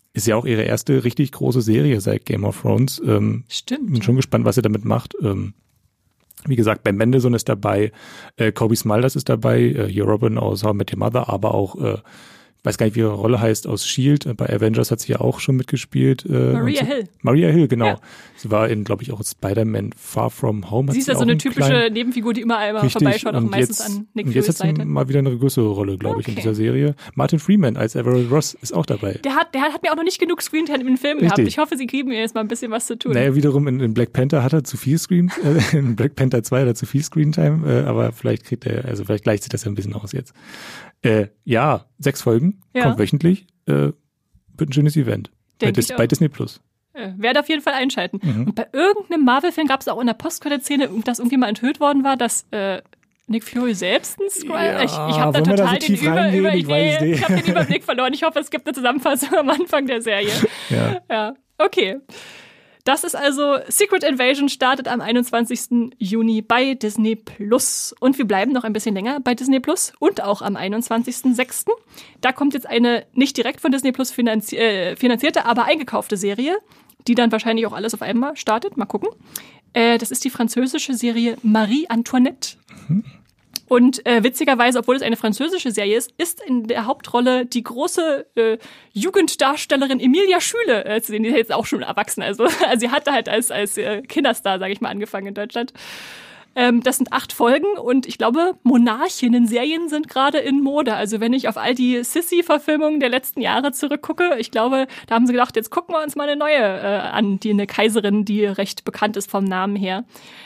Ist ja auch ihre erste richtig große Serie seit Game of Thrones. Ähm, Stimmt. Bin schon gespannt, was sie damit macht. Ähm, wie gesagt, Ben Mendelsohn ist dabei, äh, Kobe Smulders ist dabei, äh, hier Robin aus How I Met Your Mother, aber auch, äh, ich weiß gar nicht, wie ihre Rolle heißt, aus S H I E L D. Bei Avengers hat sie ja auch schon mitgespielt. Äh, Maria so, Hill. Maria Hill, genau. Ja. Sie war in, glaube ich, auch Spider-Man Far From Home. Sie ist ja so eine typische kleinen, Nebenfigur, die immer einmal richtig, vorbeischaut, auch meistens jetzt, an Nick und jetzt Furys hat sie Seite. mal wieder eine größere Rolle, glaube ich, Okay. in dieser Serie. Martin Freeman als Everett Ross ist auch dabei. Der hat, der hat mir auch noch nicht genug Screentime in den Film Richtig. gehabt. Ich hoffe, sie geben mir jetzt mal ein bisschen was zu tun. Naja, wiederum in, in Black Panther hat er zu viel Screen, äh, in Black Panther zwei hat er zu viel Screentime, äh, aber vielleicht kriegt er, also vielleicht gleicht sich das ja ein bisschen aus jetzt. Äh, ja, sechs Folgen, Ja. kommt wöchentlich, äh, wird ein schönes Event. Bei, Denk Dis, ich bei auch. Disney Plus. Äh, werde auf jeden Fall einschalten. Mhm. Und bei irgendeinem Marvel-Film gab es auch in der Post-Credit-Szene, dass irgendwie mal enthüllt worden war, dass äh, Nick Fury selbst ein Skrull. Ja, ich ich habe da wollen wir da total so den tief Über, reingehen? über Ich weiß nee, nicht. ich habe den Überblick verloren. Ich hoffe, es gibt eine Zusammenfassung am Anfang der Serie. Ja. Ja, okay. Das ist also Secret Invasion, startet am einundzwanzigsten Juni bei Disney Plus. Und wir bleiben noch ein bisschen länger bei Disney Plus und auch am einundzwanzigsten sechsten Da kommt jetzt eine nicht direkt von Disney Plus finanzi- äh, finanzierte, aber eingekaufte Serie, die dann wahrscheinlich auch alles auf einmal startet. Mal gucken. Äh, das ist die französische Serie Marie Antoinette. Mhm. Und äh, witzigerweise, obwohl es eine französische Serie ist, ist in der Hauptrolle die große äh, Jugenddarstellerin Emilia Schüle äh, zu sehen. Die ist jetzt auch schon erwachsen. Also, also sie hatte halt als, als äh, Kinderstar, sage ich mal, angefangen in Deutschland. Ähm, das sind acht Folgen und ich glaube, Monarchinnen-Serien sind gerade in Mode. Also wenn ich auf all die Sissy-Verfilmungen der letzten Jahre zurückgucke, ich glaube, da haben sie gedacht, jetzt gucken wir uns mal eine neue äh, an, die eine Kaiserin, die recht bekannt ist vom Namen her.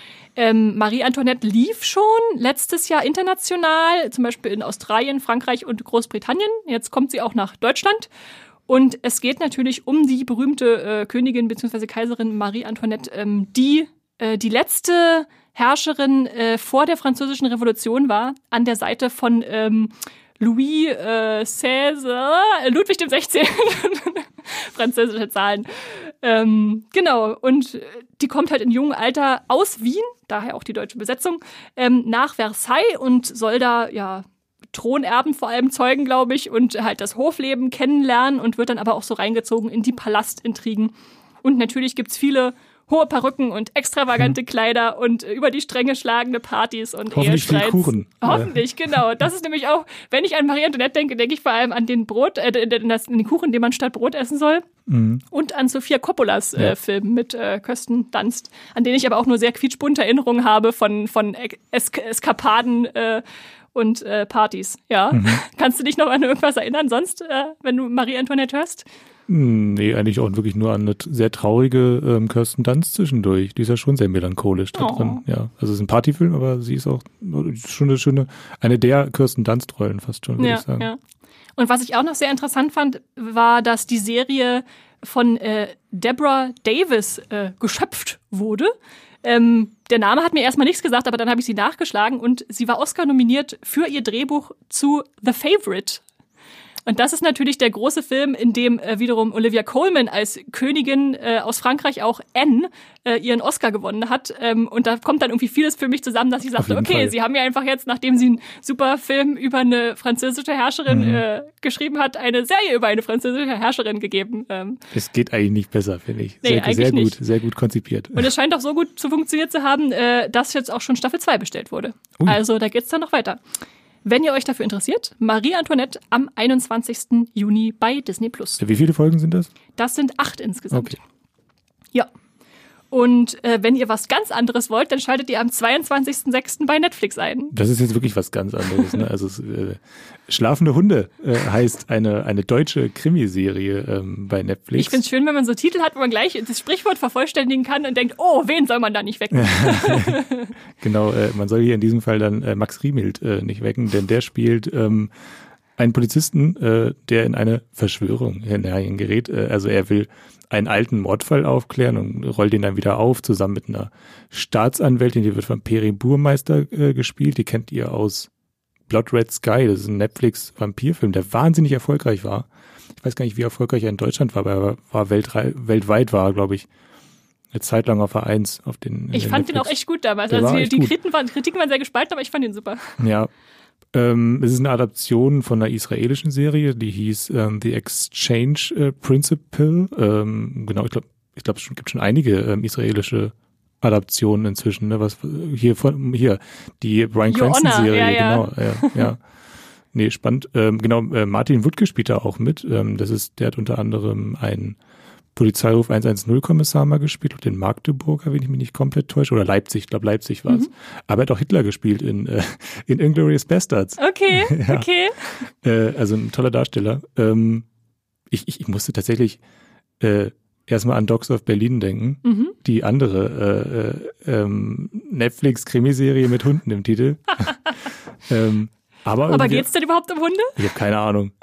Ähm, Marie Antoinette lief schon letztes Jahr international, zum Beispiel in Australien, Frankreich und Großbritannien. Jetzt kommt sie auch nach Deutschland. Und es geht natürlich um die berühmte äh, Königin bzw. Kaiserin Marie Antoinette, ähm, die äh, die letzte Herrscherin äh, vor der Französischen Revolution war, an der Seite von ähm, Louis äh, Cäsar, äh, Ludwig dem sechzehnten französische Zahlen. Ähm, genau, und die kommt halt in jungem Alter aus Wien, daher auch die deutsche Besetzung, ähm, nach Versailles und soll da, ja, Thronerben vor allem zeugen, glaube ich, und halt das Hofleben kennenlernen und wird dann aber auch so reingezogen in die Palastintrigen. Und natürlich gibt's viele hohe Perücken und extravagante Kleider und über die Stränge schlagende Partys und Hoffentlich viel Ehestreits. Kuchen. Hoffentlich, genau. Das ist nämlich auch, wenn ich an Marie Antoinette denke, denke ich vor allem an den Brot, äh, in das, in den Kuchen, den man statt Brot essen soll. Mhm. Und an Sofia Coppolas äh, Ja. Film mit äh, Kirsten Dunst, an den ich aber auch nur sehr quietschbunte Erinnerungen habe von, von es Eskapaden äh, und äh, Partys. Ja. Mhm. Kannst du dich noch an irgendwas erinnern sonst, äh, wenn du Marie Antoinette hörst? Nee, eigentlich auch wirklich nur an eine sehr traurige ähm, Kirsten Dunst zwischendurch. Die ist ja schon sehr melancholisch da Oh. drin. Ja, also es ist ein Partyfilm, aber sie ist auch schon eine schöne, eine der Kirsten Dunst-Rollen fast schon, würde Ja, ich sagen. ja. Und was ich auch noch sehr interessant fand, war, dass die Serie von äh, Deborah Davis äh, geschöpft wurde. Ähm, der Name hat mir erstmal nichts gesagt, aber dann habe ich sie nachgeschlagen und sie war Oscar nominiert für ihr Drehbuch zu The Favourite. Und das ist natürlich der große Film, in dem äh, wiederum Olivia Colman als Königin äh, aus Frankreich, auch Anne, äh, ihren Oscar gewonnen hat. Ähm, und da kommt dann irgendwie vieles für mich zusammen, dass ich sagte, jeden okay, Fall. sie haben ja einfach jetzt, nachdem sie einen super Film über eine französische Herrscherin Mhm. äh, geschrieben hat, eine Serie über eine französische Herrscherin gegeben. Ähm, Es geht eigentlich nicht besser, finde ich. Nee, Sehr, eigentlich sehr gut, nicht. sehr gut konzipiert. und es scheint auch so gut zu funktioniert zu haben, äh, dass jetzt auch schon Staffel zwei bestellt wurde. Ui. Also da geht's dann noch weiter. Wenn ihr euch dafür interessiert, Marie Antoinette am einundzwanzigsten Juni bei Disney Plus. Wie viele Folgen sind das? Das sind acht insgesamt. Okay. Ja. Und äh, wenn ihr was ganz anderes wollt, dann schaltet ihr am zweiundzwanzigsten sechsten bei Netflix ein. Das ist jetzt wirklich was ganz anderes. Ne? Also es, äh, Schlafende Hunde äh, heißt eine, eine deutsche Krimiserie ähm, bei Netflix. Ich find's schön, wenn man so Titel hat, wo man gleich das Sprichwort vervollständigen kann und denkt, oh, wen soll man da nicht wecken? Genau, äh, man soll hier in diesem Fall dann äh, Max Riemelt äh, nicht wecken, denn der spielt ähm, einen Polizisten, äh, der in eine Verschwörung hineingerät. Äh, also er will einen alten Mordfall aufklären und rollt ihn dann wieder auf, zusammen mit einer Staatsanwältin, die wird von Peri Burmeister äh, gespielt. Die kennt ihr aus Blood Red Sky, das ist ein Netflix-Vampirfilm, der wahnsinnig erfolgreich war. Ich weiß gar nicht, wie erfolgreich er in Deutschland war, aber er war weltrei- weltweit war, glaube ich, eine Zeit lang auf A eins. Auf den, Ich in fand Netflix. ihn auch echt gut damals. Der Also war die, echt die gut. Kritiken waren, Kritiken waren sehr gespalten, aber ich fand ihn super. Ja, Ähm, es ist eine Adaption von einer israelischen Serie, die hieß ähm, The Exchange äh, Principle. Ähm, genau, ich glaube, ich glaube, es gibt schon einige ähm, israelische Adaptionen inzwischen. Ne? Was hier von hier die Bryan Cranston-Serie, ja, ja. genau, ja, ja. Nee, spannend. Ähm, genau, äh, Martin Wuttke spielt da auch mit. Ähm, das ist, der hat unter anderem einen Polizeiruf hundertzehn-Kommissar mal gespielt, den Magdeburger, wenn ich mich nicht komplett täusche, oder Leipzig, ich glaube Leipzig war es. Mhm. Aber er hat auch Hitler gespielt in, äh, in Inglourious Bastards. Okay, ja. okay. Äh, also ein toller Darsteller. Ähm, ich, ich, ich musste tatsächlich äh, erstmal an Dogs of Berlin denken, mhm. die andere äh, äh, ähm, Netflix-Krimiserie mit Hunden im Titel. ähm, aber aber geht's denn überhaupt um Hunde? Ich habe keine Ahnung.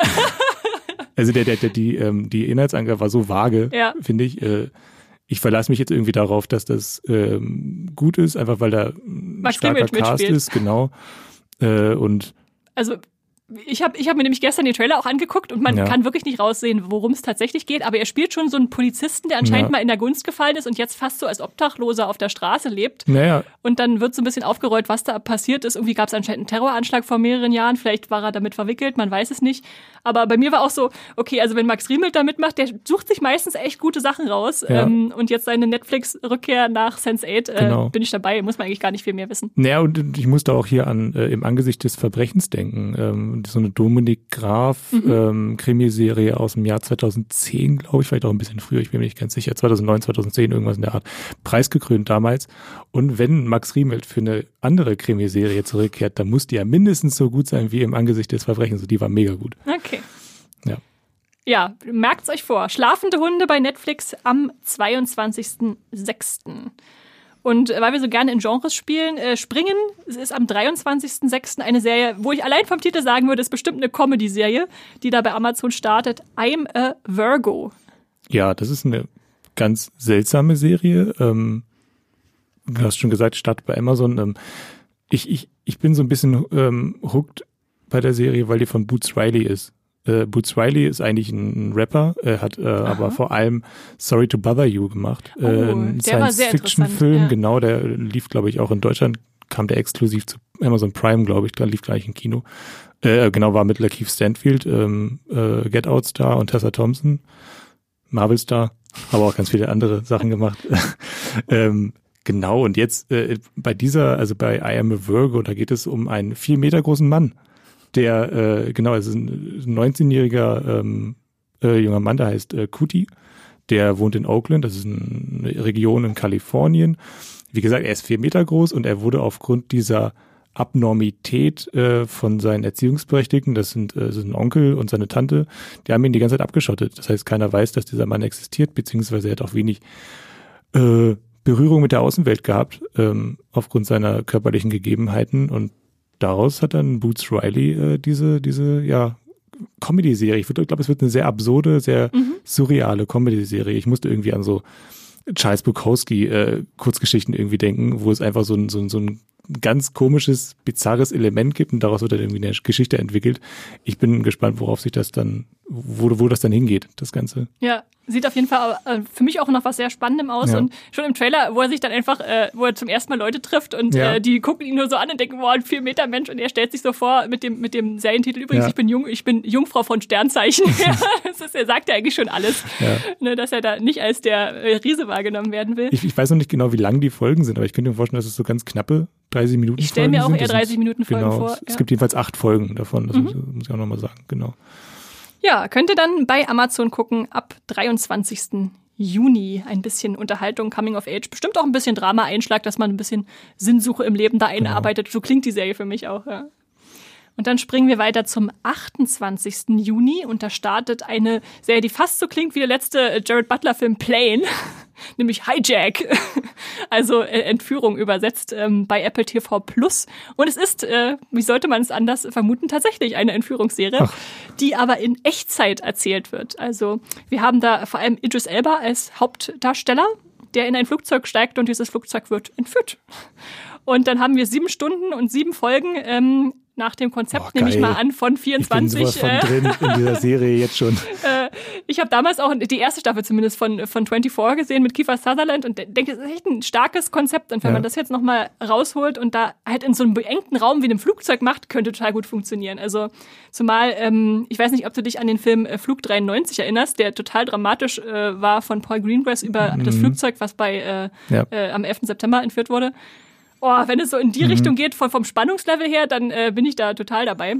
Also der, der, der, die, ähm, die Inhaltsangabe war so vage, ja. finde ich. Äh, ich verlasse mich jetzt irgendwie darauf, dass das ähm, gut ist, einfach weil da ein Max starker Grimmitt Cast mitspielt. ist, genau. Äh, und also ich habe ich hab mir nämlich gestern den Trailer auch angeguckt und man ja. kann wirklich nicht raussehen, worum es tatsächlich geht, aber er spielt schon so einen Polizisten, der anscheinend ja. mal in der Gunst gefallen ist und jetzt fast so als Obdachloser auf der Straße lebt. Naja. Und dann wird so ein bisschen aufgerollt, was da passiert ist. Irgendwie gab es anscheinend einen Terroranschlag vor mehreren Jahren, vielleicht war er damit verwickelt, man weiß es nicht. Aber bei mir war auch so, okay, also wenn Max Riemelt da mitmacht, der sucht sich meistens echt gute Sachen raus. Ja. Ähm, und jetzt seine Netflix-Rückkehr nach Sense eight, äh, genau. bin ich dabei, muss man eigentlich gar nicht viel mehr wissen. Naja, und ich musste auch hier an äh, Im Angesicht des Verbrechens denken. Ähm, so eine Dominik Graf mhm. ähm, Krimiserie aus dem Jahr zweitausendzehn, glaube ich, vielleicht auch ein bisschen früher, ich bin mir nicht ganz sicher, zweitausendneun, zweitausendzehn, irgendwas in der Art, preisgekrönt damals. Und wenn Max Riemelt für eine andere Krimiserie zurückkehrt, dann muss die ja mindestens so gut sein wie Im Angesicht des Verbrechens. Die war mega gut. Okay. Ja. Ja, merkt's euch vor. Schlafende Hunde bei Netflix am zweiundzwanzigsten sechsten Und weil wir so gerne in Genres spielen, äh, Springen, es ist am dreiundzwanzigsten sechsten eine Serie, wo ich allein vom Titel sagen würde, ist bestimmt eine Comedy-Serie, die da bei Amazon startet. I'm a Virgo. Ja, das ist eine ganz seltsame Serie. Ähm, du hast schon gesagt, startet bei Amazon. Ähm, ich, ich, ich bin so ein bisschen ähm, hooked bei der Serie, weil die von Boots Riley ist. Äh, Boots Riley ist eigentlich ein, ein Rapper, äh, hat äh, aber vor allem Sorry to Bother You gemacht. Oh, äh, ein Science-Fiction-Film, ja. genau, der lief, glaube ich, auch in Deutschland, kam der exklusiv zu Amazon Prime, glaube ich, da lief gleich im Kino. Äh, genau, war mit Lakeith Stanfield, ähm, äh, Get Out Star und Tessa Thompson, Marvel Star, aber auch ganz viele andere Sachen gemacht. ähm, genau, und jetzt äh, bei dieser, also bei I Am a Virgo, da geht es um einen vier Meter großen Mann, der, äh, genau, es ist ein neunzehnjähriger ähm, äh, junger Mann, der heißt äh, Kuti, der wohnt in Oakland, das ist eine Region in Kalifornien. Wie gesagt, er ist vier Meter groß und er wurde aufgrund dieser Abnormität äh, von seinen Erziehungsberechtigten, das sind äh, sein Onkel und seine Tante, die haben ihn die ganze Zeit abgeschottet. Das heißt, keiner weiß, dass dieser Mann existiert, beziehungsweise er hat auch wenig äh, Berührung mit der Außenwelt gehabt, ähm, aufgrund seiner körperlichen Gegebenheiten, und daraus hat dann Boots Riley äh, diese, diese, ja, Comedy-Serie. Ich glaube, es wird eine sehr absurde, sehr mhm. surreale Comedy-Serie. Ich musste irgendwie an so Charles Bukowski äh, Kurzgeschichten irgendwie denken, wo es einfach so ein, so ein, so ein ganz komisches, bizarres Element gibt und daraus wird dann irgendwie eine Geschichte entwickelt. Ich bin gespannt, worauf sich das dann, wo, wo das dann hingeht, das Ganze. Ja, sieht auf jeden Fall äh, für mich auch noch was sehr Spannendem aus, ja. Und schon im Trailer, wo er sich dann einfach, äh, wo er zum ersten Mal Leute trifft und ja. äh, die gucken ihn nur so an und denken, boah, ein vier Meter Mensch, und er stellt sich so vor mit dem mit dem Serientitel übrigens, ja. ich bin jung, ich bin Jungfrau von Sternzeichen. Ja, das ist, er sagt ja eigentlich schon alles, ja. Ne, dass er da nicht als der äh, Riese wahrgenommen werden will. Ich, ich weiß noch nicht genau, wie lang die Folgen sind, aber ich könnte mir vorstellen, dass es so ganz knappe dreißig Minuten Ich stelle mir auch eher dreißig Minuten Folgen genau, vor. Es, ja. es gibt jedenfalls acht Folgen davon, das mhm. muss, muss ich auch nochmal sagen, genau. Ja, könnt ihr dann bei Amazon gucken, ab dreiundzwanzigsten Juni. Ein bisschen Unterhaltung, Coming of Age, bestimmt auch ein bisschen Drama-Einschlag, dass man ein bisschen Sinnsuche im Leben da einarbeitet. Genau. So klingt die Serie für mich auch, ja. Und dann springen wir weiter zum achtundzwanzigsten Juni und da startet eine Serie, die fast so klingt wie der letzte Jared Butler-Film Plane, nämlich Hijack, also äh, Entführung übersetzt ähm, bei Apple T V Plus. Und es ist, äh, wie sollte man es anders vermuten, tatsächlich eine Entführungsserie, Ach. die aber in Echtzeit erzählt wird. Also wir haben da vor allem Idris Elba als Hauptdarsteller, der in ein Flugzeug steigt und dieses Flugzeug wird entführt. Und dann haben wir sieben Stunden und sieben Folgen, ähm, nach dem Konzept, oh, nehme ich mal an, von vierundzwanzig. Ich bin sowas von drin in dieser Serie jetzt schon. Äh, ich habe damals auch die erste Staffel zumindest von, von vierundzwanzig gesehen mit Kiefer Sutherland und denke, das ist echt ein starkes Konzept. Und wenn ja. man das jetzt nochmal rausholt und da halt in so einem beengten Raum wie einem Flugzeug macht, könnte total gut funktionieren. Also zumal, ähm, ich weiß nicht, ob du dich an den Film äh, Flug dreiundneunzig erinnerst, der total dramatisch äh, war von Paul Greengrass über mhm. das Flugzeug, was bei äh, ja. äh, am elften September entführt wurde. Oh, wenn es so in die mhm. Richtung geht, von, vom Spannungslevel her, dann äh, bin ich da total dabei.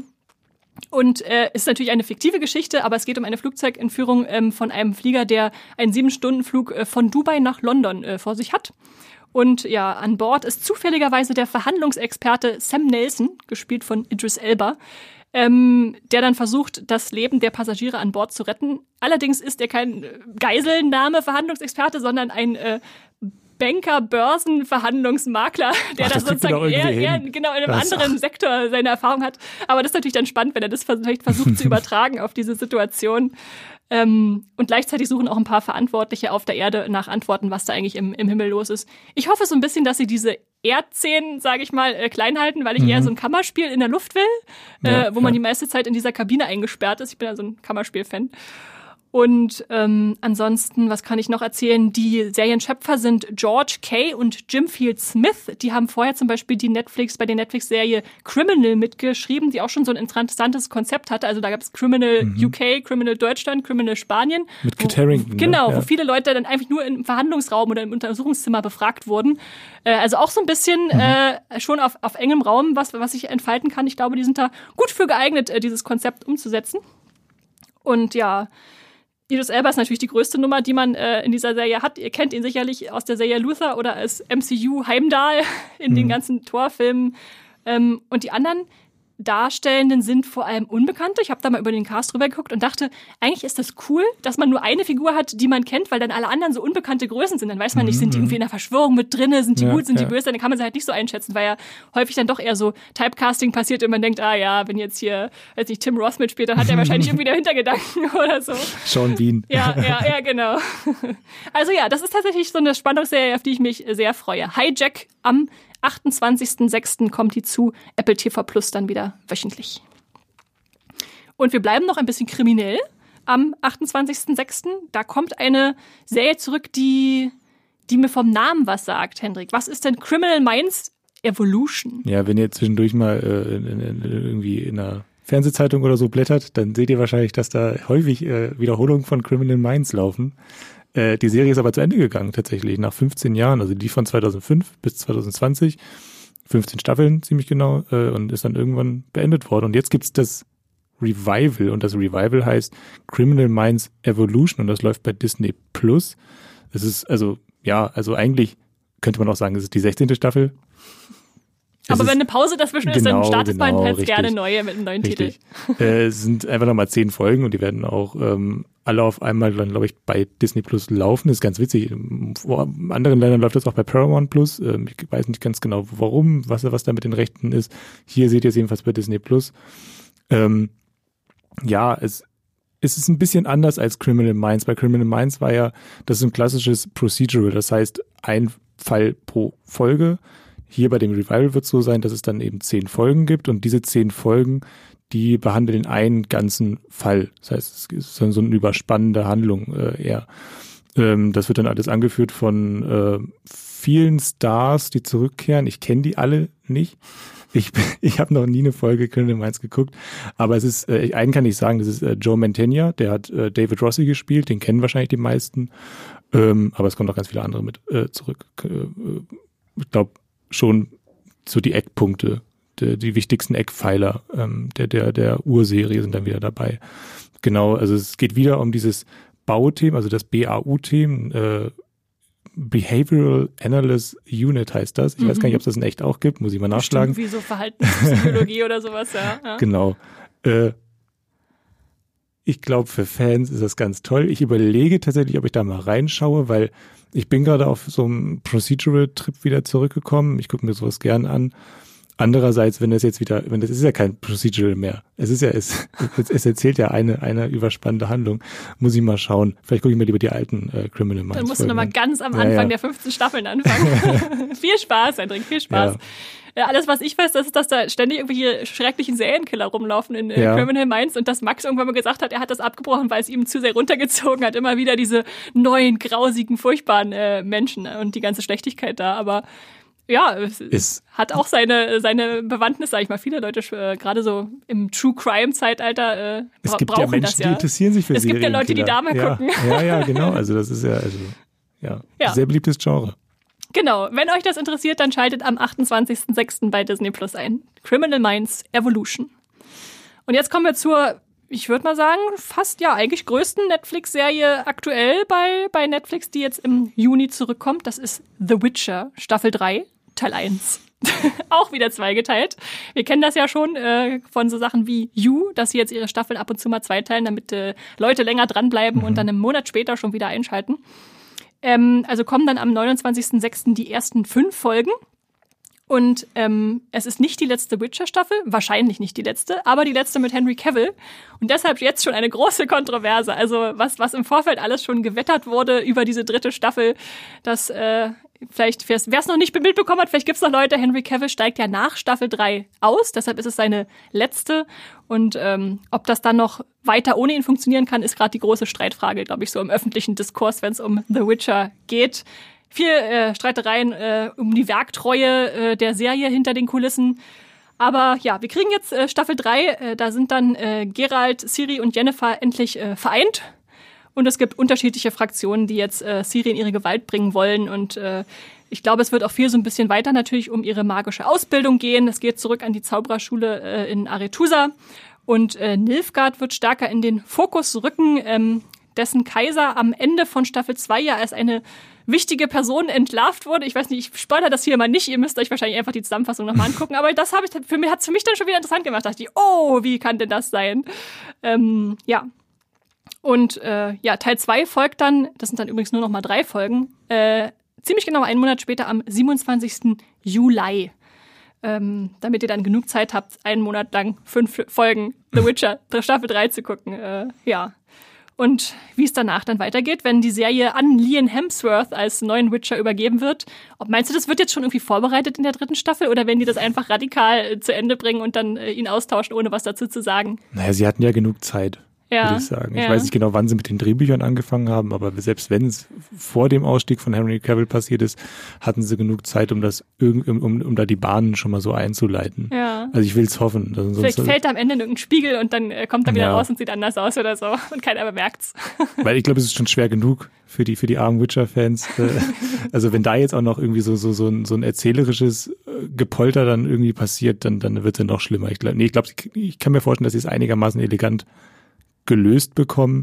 Und äh, ist natürlich eine fiktive Geschichte, aber es geht um eine Flugzeugentführung ähm, von einem Flieger, der einen Sieben-Stunden-Flug äh, von Dubai nach London äh, vor sich hat. Und ja, an Bord ist zufälligerweise der Verhandlungsexperte Sam Nelson, gespielt von Idris Elba, ähm, der dann versucht, das Leben der Passagiere an Bord zu retten. Allerdings ist er kein Geiselnahme-Verhandlungsexperte, sondern ein äh, Banker, Börsenverhandlungsmakler, der Ach, das das sozusagen eher, eher genau in einem das anderen ach. Sektor seine Erfahrung hat. Aber das ist natürlich dann spannend, wenn er das vielleicht versucht zu übertragen auf diese Situation. Ähm, und gleichzeitig suchen auch ein paar Verantwortliche auf der Erde nach Antworten, was da eigentlich im, im Himmel los ist. Ich hoffe so ein bisschen, dass sie diese Erdszenen, sage ich mal, äh, klein halten, weil ich mhm. eher so ein Kammerspiel in der Luft will, ja, äh, wo ja. man die meiste Zeit in dieser Kabine eingesperrt ist. Ich bin ja so ein Kammerspiel-Fan. Und ähm, ansonsten, was kann ich noch erzählen? Die Serienschöpfer sind George Kay und Jim Field Smith. Die haben vorher zum Beispiel die Netflix bei der Netflix-Serie Criminal mitgeschrieben, die auch schon so ein interessantes Konzept hatte. Also da gab es Criminal mhm. U K, Criminal Deutschland, Criminal Spanien. Mit Kit Harington. Genau, ne? ja. wo viele Leute dann einfach nur im Verhandlungsraum oder im Untersuchungszimmer befragt wurden. Äh, also auch so ein bisschen mhm. äh, schon auf, auf engem Raum, was, was sich entfalten kann. Ich glaube, die sind da gut für geeignet, äh, dieses Konzept umzusetzen. Und ja, Idris Elba ist natürlich die größte Nummer, die man äh, in dieser Serie hat. Ihr kennt ihn sicherlich aus der Serie Luther oder als M C U Heimdall in mhm. den ganzen Thor-Filmen. Ähm, und die anderen Darstellenden sind vor allem Unbekannte. Ich habe da mal über den Cast drüber geguckt und dachte, eigentlich ist das cool, dass man nur eine Figur hat, die man kennt, weil dann alle anderen so unbekannte Größen sind. Dann weiß man nicht, sind die irgendwie in der Verschwörung mit drinne, sind die ja, gut, sind ja. die böse, dann kann man sie halt nicht so einschätzen, weil ja häufig dann doch eher so Typecasting passiert und man denkt, ah ja, wenn jetzt hier, weiß nicht, Tim Roth mitspielt, dann hat er wahrscheinlich irgendwie der Hintergedanken oder so. Sean Bean. Ja, ja, ja, genau. Also ja, das ist tatsächlich so eine Spannungsserie, auf die ich mich sehr freue. Hijack am achtundzwanzigsten sechsten kommt die zu Apple T V Plus dann wieder wöchentlich. Und wir bleiben noch ein bisschen kriminell am achtundzwanzigsten sechsten Da kommt eine Serie zurück, die, die mir vom Namen was sagt, Hendrik. Was ist denn Criminal Minds Evolution? Ja, wenn ihr zwischendurch mal äh, in, in, irgendwie in einer Fernsehzeitung oder so blättert, dann seht ihr wahrscheinlich, dass da häufig äh, Wiederholungen von Criminal Minds laufen. Äh, die Serie ist aber zu Ende gegangen tatsächlich, nach fünfzehn Jahren, also die von zweitausendfünf bis zweitausendzwanzig, fünfzehn Staffeln ziemlich genau, äh, und ist dann irgendwann beendet worden. Und jetzt gibt's das Revival und das Revival heißt Criminal Minds Evolution und das läuft bei Disney Plus. Es ist also, ja, also eigentlich könnte man auch sagen, es ist die sechzehnte Staffel. Aber wenn eine Pause dazwischen ist, genau, dann startet genau, man halt richtig, gerne neue mit einem neuen richtig. Titel. äh, es sind einfach nochmal zehn Folgen und die werden auch ähm, alle auf einmal dann, glaube ich, bei Disney Plus laufen. Das ist ganz witzig. In anderen Ländern läuft das auch bei Paramount Plus. Ähm, ich weiß nicht ganz genau, warum, was, was da mit den Rechten ist. Hier seht ihr es jedenfalls bei Disney Plus. Ähm, ja, es, es ist ein bisschen anders als Criminal Minds. Bei Criminal Minds war ja, das ist ein klassisches Procedural. Das heißt, ein Fall pro Folge. Hier bei dem Revival wird es so sein, dass es dann eben zehn Folgen gibt und diese zehn Folgen, die behandeln einen ganzen Fall. Das heißt, es ist dann so eine überspannende Handlung äh, eher. Ähm, das wird dann alles angeführt von äh, vielen Stars, die zurückkehren. Ich kenne die alle nicht. Ich, ich habe noch nie eine Folge Criminal Minds geguckt, aber es ist, äh, einen kann ich sagen, das ist äh, Joe Mantegna, der hat äh, David Rossi gespielt, den kennen wahrscheinlich die meisten, ähm, aber es kommen auch ganz viele andere mit äh, zurück. Äh, ich glaube, schon so die Eckpunkte, die, die wichtigsten Eckpfeiler ähm, der, der, der Urserie sind dann wieder dabei. Genau, also es geht wieder um dieses Bauthema, also das B A U-Thema, äh, Behavioral Analysis Unit heißt das. Ich mhm. weiß gar nicht, ob es das in echt auch gibt, muss ich mal nachschlagen. Bestimmt wie so Verhaltenspsychologie oder sowas, ja. ja. Genau. Äh, ich glaube, für Fans ist das ganz toll. Ich überlege tatsächlich, ob ich da mal reinschaue, weil ich bin gerade auf so einem Procedural-Trip wieder zurückgekommen. Ich gucke mir sowas gern an. Andererseits, wenn das jetzt wieder, wenn das ist ja kein Procedural mehr. Es ist ja, es, es erzählt ja eine, eine überspannende Handlung. Muss ich mal schauen. Vielleicht gucke ich mir lieber die alten äh, Criminal Minds. Dann musst du nochmal ganz am ja, Anfang ja. der fünfzehn Staffeln anfangen. Viel Spaß, Hendrik, viel Spaß. Ja. Alles, was ich weiß, das ist, dass da ständig irgendwelche schrecklichen Serienkiller rumlaufen in äh, Ja. Criminal Minds und dass Max irgendwann mal gesagt hat, er hat das abgebrochen, weil es ihm zu sehr runtergezogen hat. Immer wieder diese neuen, grausigen, furchtbaren äh, Menschen und die ganze Schlechtigkeit da. Aber ja, es Ist- hat auch seine, seine Bewandtnis, sag ich mal. Viele Leute, äh, gerade so im True-Crime-Zeitalter, äh, Es bra- gibt brauchen ja Menschen, das ja. die interessieren sich für Es gibt ja Leute, die da mal ja, gucken. Ja, ja, genau. Also das ist ja, also, ja, Ja. sehr beliebtes Genre. Genau, wenn euch das interessiert, dann schaltet am achtundzwanzigsten sechsten bei Disney Plus ein. Criminal Minds Evolution. Und jetzt kommen wir zur, ich würde mal sagen, fast ja eigentlich größten Netflix-Serie aktuell bei, bei Netflix, die jetzt im Juni zurückkommt. Das ist The Witcher, Staffel drei, Teil eins. Auch wieder zweigeteilt. Wir kennen das ja schon äh, von so Sachen wie You, dass sie jetzt ihre Staffeln ab und zu mal zweiteilen, damit äh, Leute länger dranbleiben mhm. und dann einen Monat später schon wieder einschalten. Ähm, also kommen dann am neunundzwanzigsten sechsten die ersten fünf Folgen. Und ähm, es ist nicht die letzte Witcher-Staffel, wahrscheinlich nicht die letzte, aber die letzte mit Henry Cavill. Und deshalb jetzt schon eine große Kontroverse. Also was, was im Vorfeld alles schon gewettert wurde über diese dritte Staffel, dass äh, vielleicht, wer es noch nicht mitbekommen hat, vielleicht gibt's noch Leute, Henry Cavill steigt ja nach Staffel drei aus, deshalb ist es seine letzte. Und ähm, ob das dann noch weiter ohne ihn funktionieren kann, ist gerade die große Streitfrage, glaube ich, so im öffentlichen Diskurs, wenn es um The Witcher geht. Viel äh, Streitereien äh, um die Werktreue äh, der Serie hinter den Kulissen. Aber ja, wir kriegen jetzt äh, Staffel drei, äh, da sind dann äh, Geralt, Ciri und Yennefer endlich äh, vereint. Und es gibt unterschiedliche Fraktionen, die jetzt äh, Ciri in ihre Gewalt bringen wollen. Und äh, ich glaube, es wird auch viel so ein bisschen weiter natürlich um ihre magische Ausbildung gehen. Es geht zurück an die Zaubererschule äh, in Aretusa. Und äh, Nilfgaard wird stärker in den Fokus rücken, ähm, dessen Kaiser am Ende von Staffel zwei ja als eine wichtige Person entlarvt wurde. Ich weiß nicht, ich spoilere das hier mal nicht. Ihr müsst euch wahrscheinlich einfach die Zusammenfassung nochmal angucken. Aber das habe ich für mich hat's für mich dann schon wieder interessant gemacht. Da dachte ich, oh, wie kann denn das sein? Ähm, ja. Und äh, ja, Teil zwei folgt dann, das sind dann übrigens nur noch mal drei Folgen, äh, ziemlich genau einen Monat später am siebenundzwanzigsten Juli. Ähm, damit ihr dann genug Zeit habt, einen Monat lang fünf Folgen The Witcher Staffel drei zu gucken. Äh, ja. Und wie es danach dann weitergeht, wenn die Serie an Liam Hemsworth als neuen Witcher übergeben wird. Ob meinst du, das wird jetzt schon irgendwie vorbereitet in der dritten Staffel oder werden die das einfach radikal äh, zu Ende bringen und dann äh, ihn austauschen, ohne was dazu zu sagen? Naja, sie hatten ja genug Zeit. Ja, würde ich sagen. Ich ja. weiß nicht genau, wann sie mit den Drehbüchern angefangen haben, aber selbst wenn es vor dem Ausstieg von Henry Cavill passiert ist, hatten sie genug Zeit, um das um, um, um da die Bahnen schon mal so einzuleiten. Ja. Also ich will es hoffen. Also Vielleicht sonst, fällt da am Ende irgendein Spiegel und dann äh, kommt er wieder Ja. raus und sieht anders aus oder so und keiner bemerkt's. weil ich glaube, es ist schon schwer genug für die für die armen Witcher-Fans. Also wenn da jetzt auch noch irgendwie so so so ein, so ein erzählerisches Gepolter dann irgendwie passiert, dann dann wird es ja noch schlimmer. Ich glaube, nee, ich glaube, ich kann mir vorstellen, dass sie es einigermaßen elegant gelöst bekommen,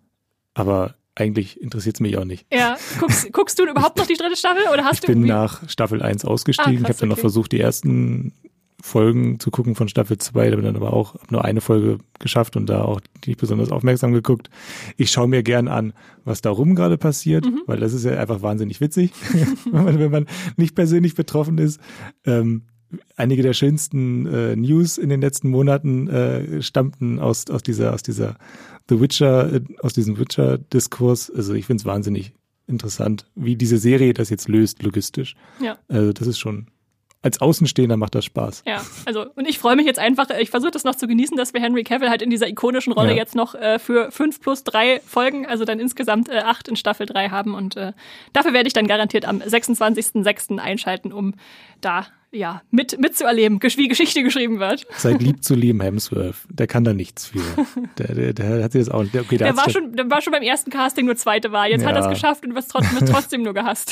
aber eigentlich interessiert es mich auch nicht. Ja, guckst, guckst du überhaupt noch die dritte Staffel oder hast Ich du bin irgendwie... nach Staffel eins ausgestiegen. Ah, ich krass, habe dann noch okay. versucht, die ersten Folgen zu gucken von Staffel zwei, habe dann aber auch hab nur eine Folge geschafft und da auch nicht besonders aufmerksam geguckt. Ich schaue mir gern an, was darum gerade passiert, mhm. weil das ist ja einfach wahnsinnig witzig, wenn, man, wenn man nicht persönlich betroffen ist. Ähm, Einige der schönsten äh, News in den letzten Monaten äh, stammten aus aus dieser aus dieser The Witcher äh, aus diesem Witcher-Diskurs. Also ich finde es wahnsinnig interessant, wie diese Serie das jetzt löst logistisch. Ja. Also das ist schon als Außenstehender macht das Spaß. Ja, also und ich freue mich jetzt einfach, ich versuche das noch zu genießen, dass wir Henry Cavill halt in dieser ikonischen Rolle Ja. jetzt noch äh, für fünf plus drei Folgen, also dann insgesamt äh, acht in Staffel drei haben und äh, dafür werde ich dann garantiert am sechsundzwanzigsten sechsten einschalten, um da ja mit mitzuerleben, wie Geschichte geschrieben wird. Seid lieb zu Liam Hemsworth, der kann da nichts für. Der, der, der hat sich das auch. Der, okay, der, Der war hat's schon, der war schon beim ersten Casting nur zweite Wahl, jetzt Ja. hat er es geschafft und wird trotzdem, wird trotzdem nur gehasst.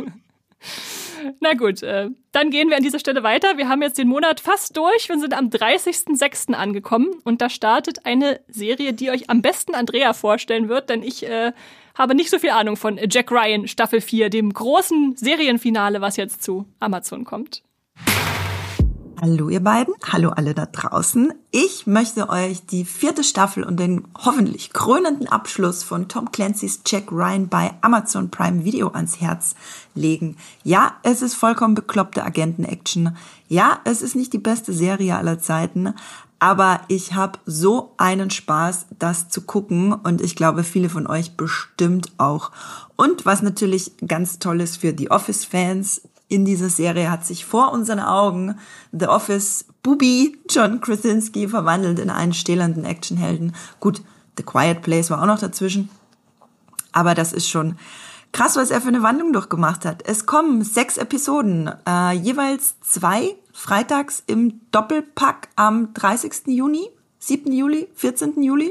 Na gut, äh, dann gehen wir an dieser Stelle weiter. Wir haben jetzt den Monat fast durch. Wir sind am dreißigsten sechsten angekommen und da startet eine Serie, die euch am besten Andrea vorstellen wird, denn ich äh, habe nicht so viel Ahnung von Jack Ryan Staffel vier, dem großen Serienfinale, was jetzt zu Amazon kommt. Hallo ihr beiden, hallo alle da draußen. Ich möchte euch die vierte Staffel und den hoffentlich krönenden Abschluss von Tom Clancy's Jack Ryan bei Amazon Prime Video ans Herz legen. Ja, es ist vollkommen bekloppte Agenten-Action. Ja, es ist nicht die beste Serie aller Zeiten, aber ich habe so einen Spaß, das zu gucken und ich glaube, viele von euch bestimmt auch. Und was natürlich ganz toll ist für die Office-Fans, in dieser Serie hat sich vor unseren Augen The Office-Bubi John Krasinski verwandelt in einen stählernden Actionhelden. Gut, The Quiet Place war auch noch dazwischen, aber das ist schon krass, was er für eine Wandlung durchgemacht hat. Es kommen sechs Episoden, äh, jeweils zwei, freitags im Doppelpack am dreißigsten Juni, siebten Juli, vierzehnten Juli.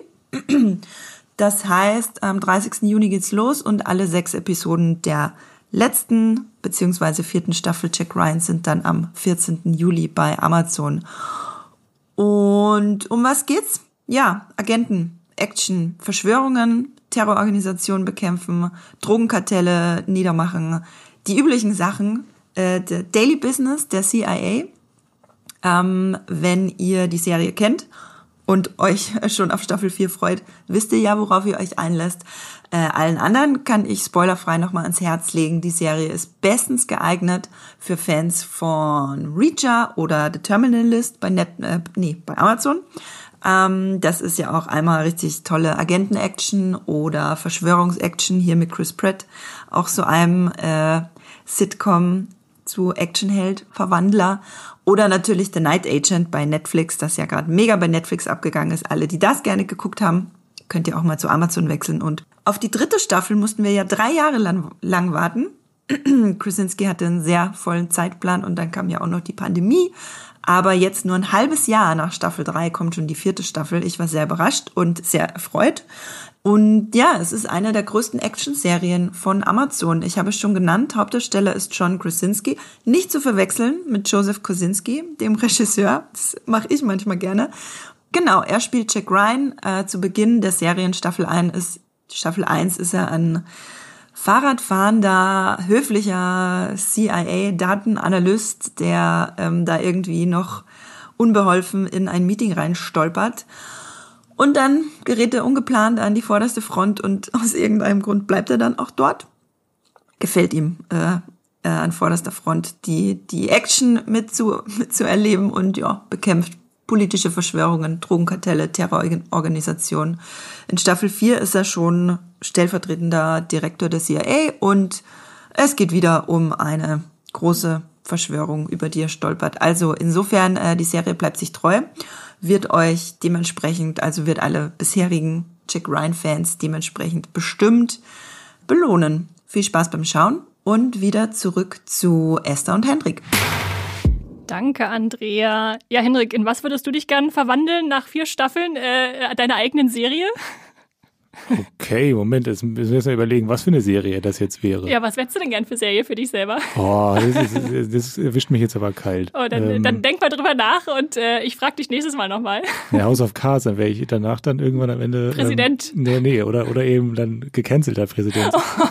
Das heißt, am dreißigsten Juni geht's los und alle sechs Episoden der letzten beziehungsweise vierten Staffel Jack Ryan sind dann am vierzehnten Juli bei Amazon. Und um was geht's? Ja, Agenten, Action, Verschwörungen, Terrororganisationen bekämpfen, Drogenkartelle niedermachen, die üblichen Sachen, äh, der Daily Business der C I A. Ähm, wenn ihr die Serie kennt und euch schon auf Staffel vier freut, wisst ihr ja, worauf ihr euch einlässt. Äh, allen anderen kann ich spoilerfrei nochmal ans Herz legen. Die Serie ist bestens geeignet für Fans von Reacher oder The Terminal List bei Net, äh, nee, bei Amazon. Ähm, das ist ja auch einmal richtig tolle Agenten-Action oder Verschwörungs-Action hier mit Chris Pratt. Auch so einem äh, Sitcom zu Actionheld, Verwandler. Oder natürlich The Night Agent bei Netflix, das ja gerade mega bei Netflix abgegangen ist. Alle, die das gerne geguckt haben, könnt ihr auch mal zu Amazon wechseln. Und auf die dritte Staffel mussten wir ja drei Jahre lang, lang warten. Krasinski hatte einen sehr vollen Zeitplan und dann kam ja auch noch die Pandemie. Aber jetzt nur ein halbes Jahr nach Staffel drei kommt schon die vierte Staffel. Ich war sehr überrascht und sehr erfreut. Und ja, es ist eine der größten Action-Serien von Amazon. Ich habe es schon genannt, Hauptdarsteller ist John Krasinski. Nicht zu verwechseln mit Joseph Kosinski, dem Regisseur. Das mache ich manchmal gerne. Genau, er spielt Jack Ryan. Äh, zu Beginn der Serien Staffel eins ist, Staffel eins ist er ein Fahrradfahrender, höflicher C I A-Datenanalyst, der ähm, da irgendwie noch unbeholfen in ein Meeting rein stolpert. Und dann gerät er ungeplant an die vorderste Front und aus irgendeinem Grund bleibt er dann auch dort. Gefällt ihm äh, äh, an vorderster Front die die Action mit zu, mit zu erleben und ja, bekämpft politische Verschwörungen, Drogenkartelle, Terrororganisationen. In Staffel vier ist er schon stellvertretender Direktor der C I A und es geht wieder um eine große Verschwörung, über die er stolpert. Also insofern, äh, die Serie bleibt sich treu, wird euch dementsprechend, also wird alle bisherigen Jack Ryan-Fans dementsprechend bestimmt belohnen. Viel Spaß beim Schauen und wieder zurück zu Esther und Hendrik. Danke, Andrea. Ja, Hendrik, in was würdest du dich gern verwandeln nach vier Staffeln äh, deiner eigenen Serie? Okay, Moment, jetzt müssen wir erst mal überlegen, was für eine Serie das jetzt wäre. Ja, was wärst du denn gern für Serie für dich selber? Oh, das, ist, das erwischt mich jetzt aber kalt. Oh, dann, ähm, dann denk mal drüber nach und äh, ich frage dich nächstes Mal nochmal. Ja, House of Cards, dann wäre ich danach dann irgendwann am Ende Präsident. Ähm, nee, nee, oder, oder eben dann gecancelter Präsident.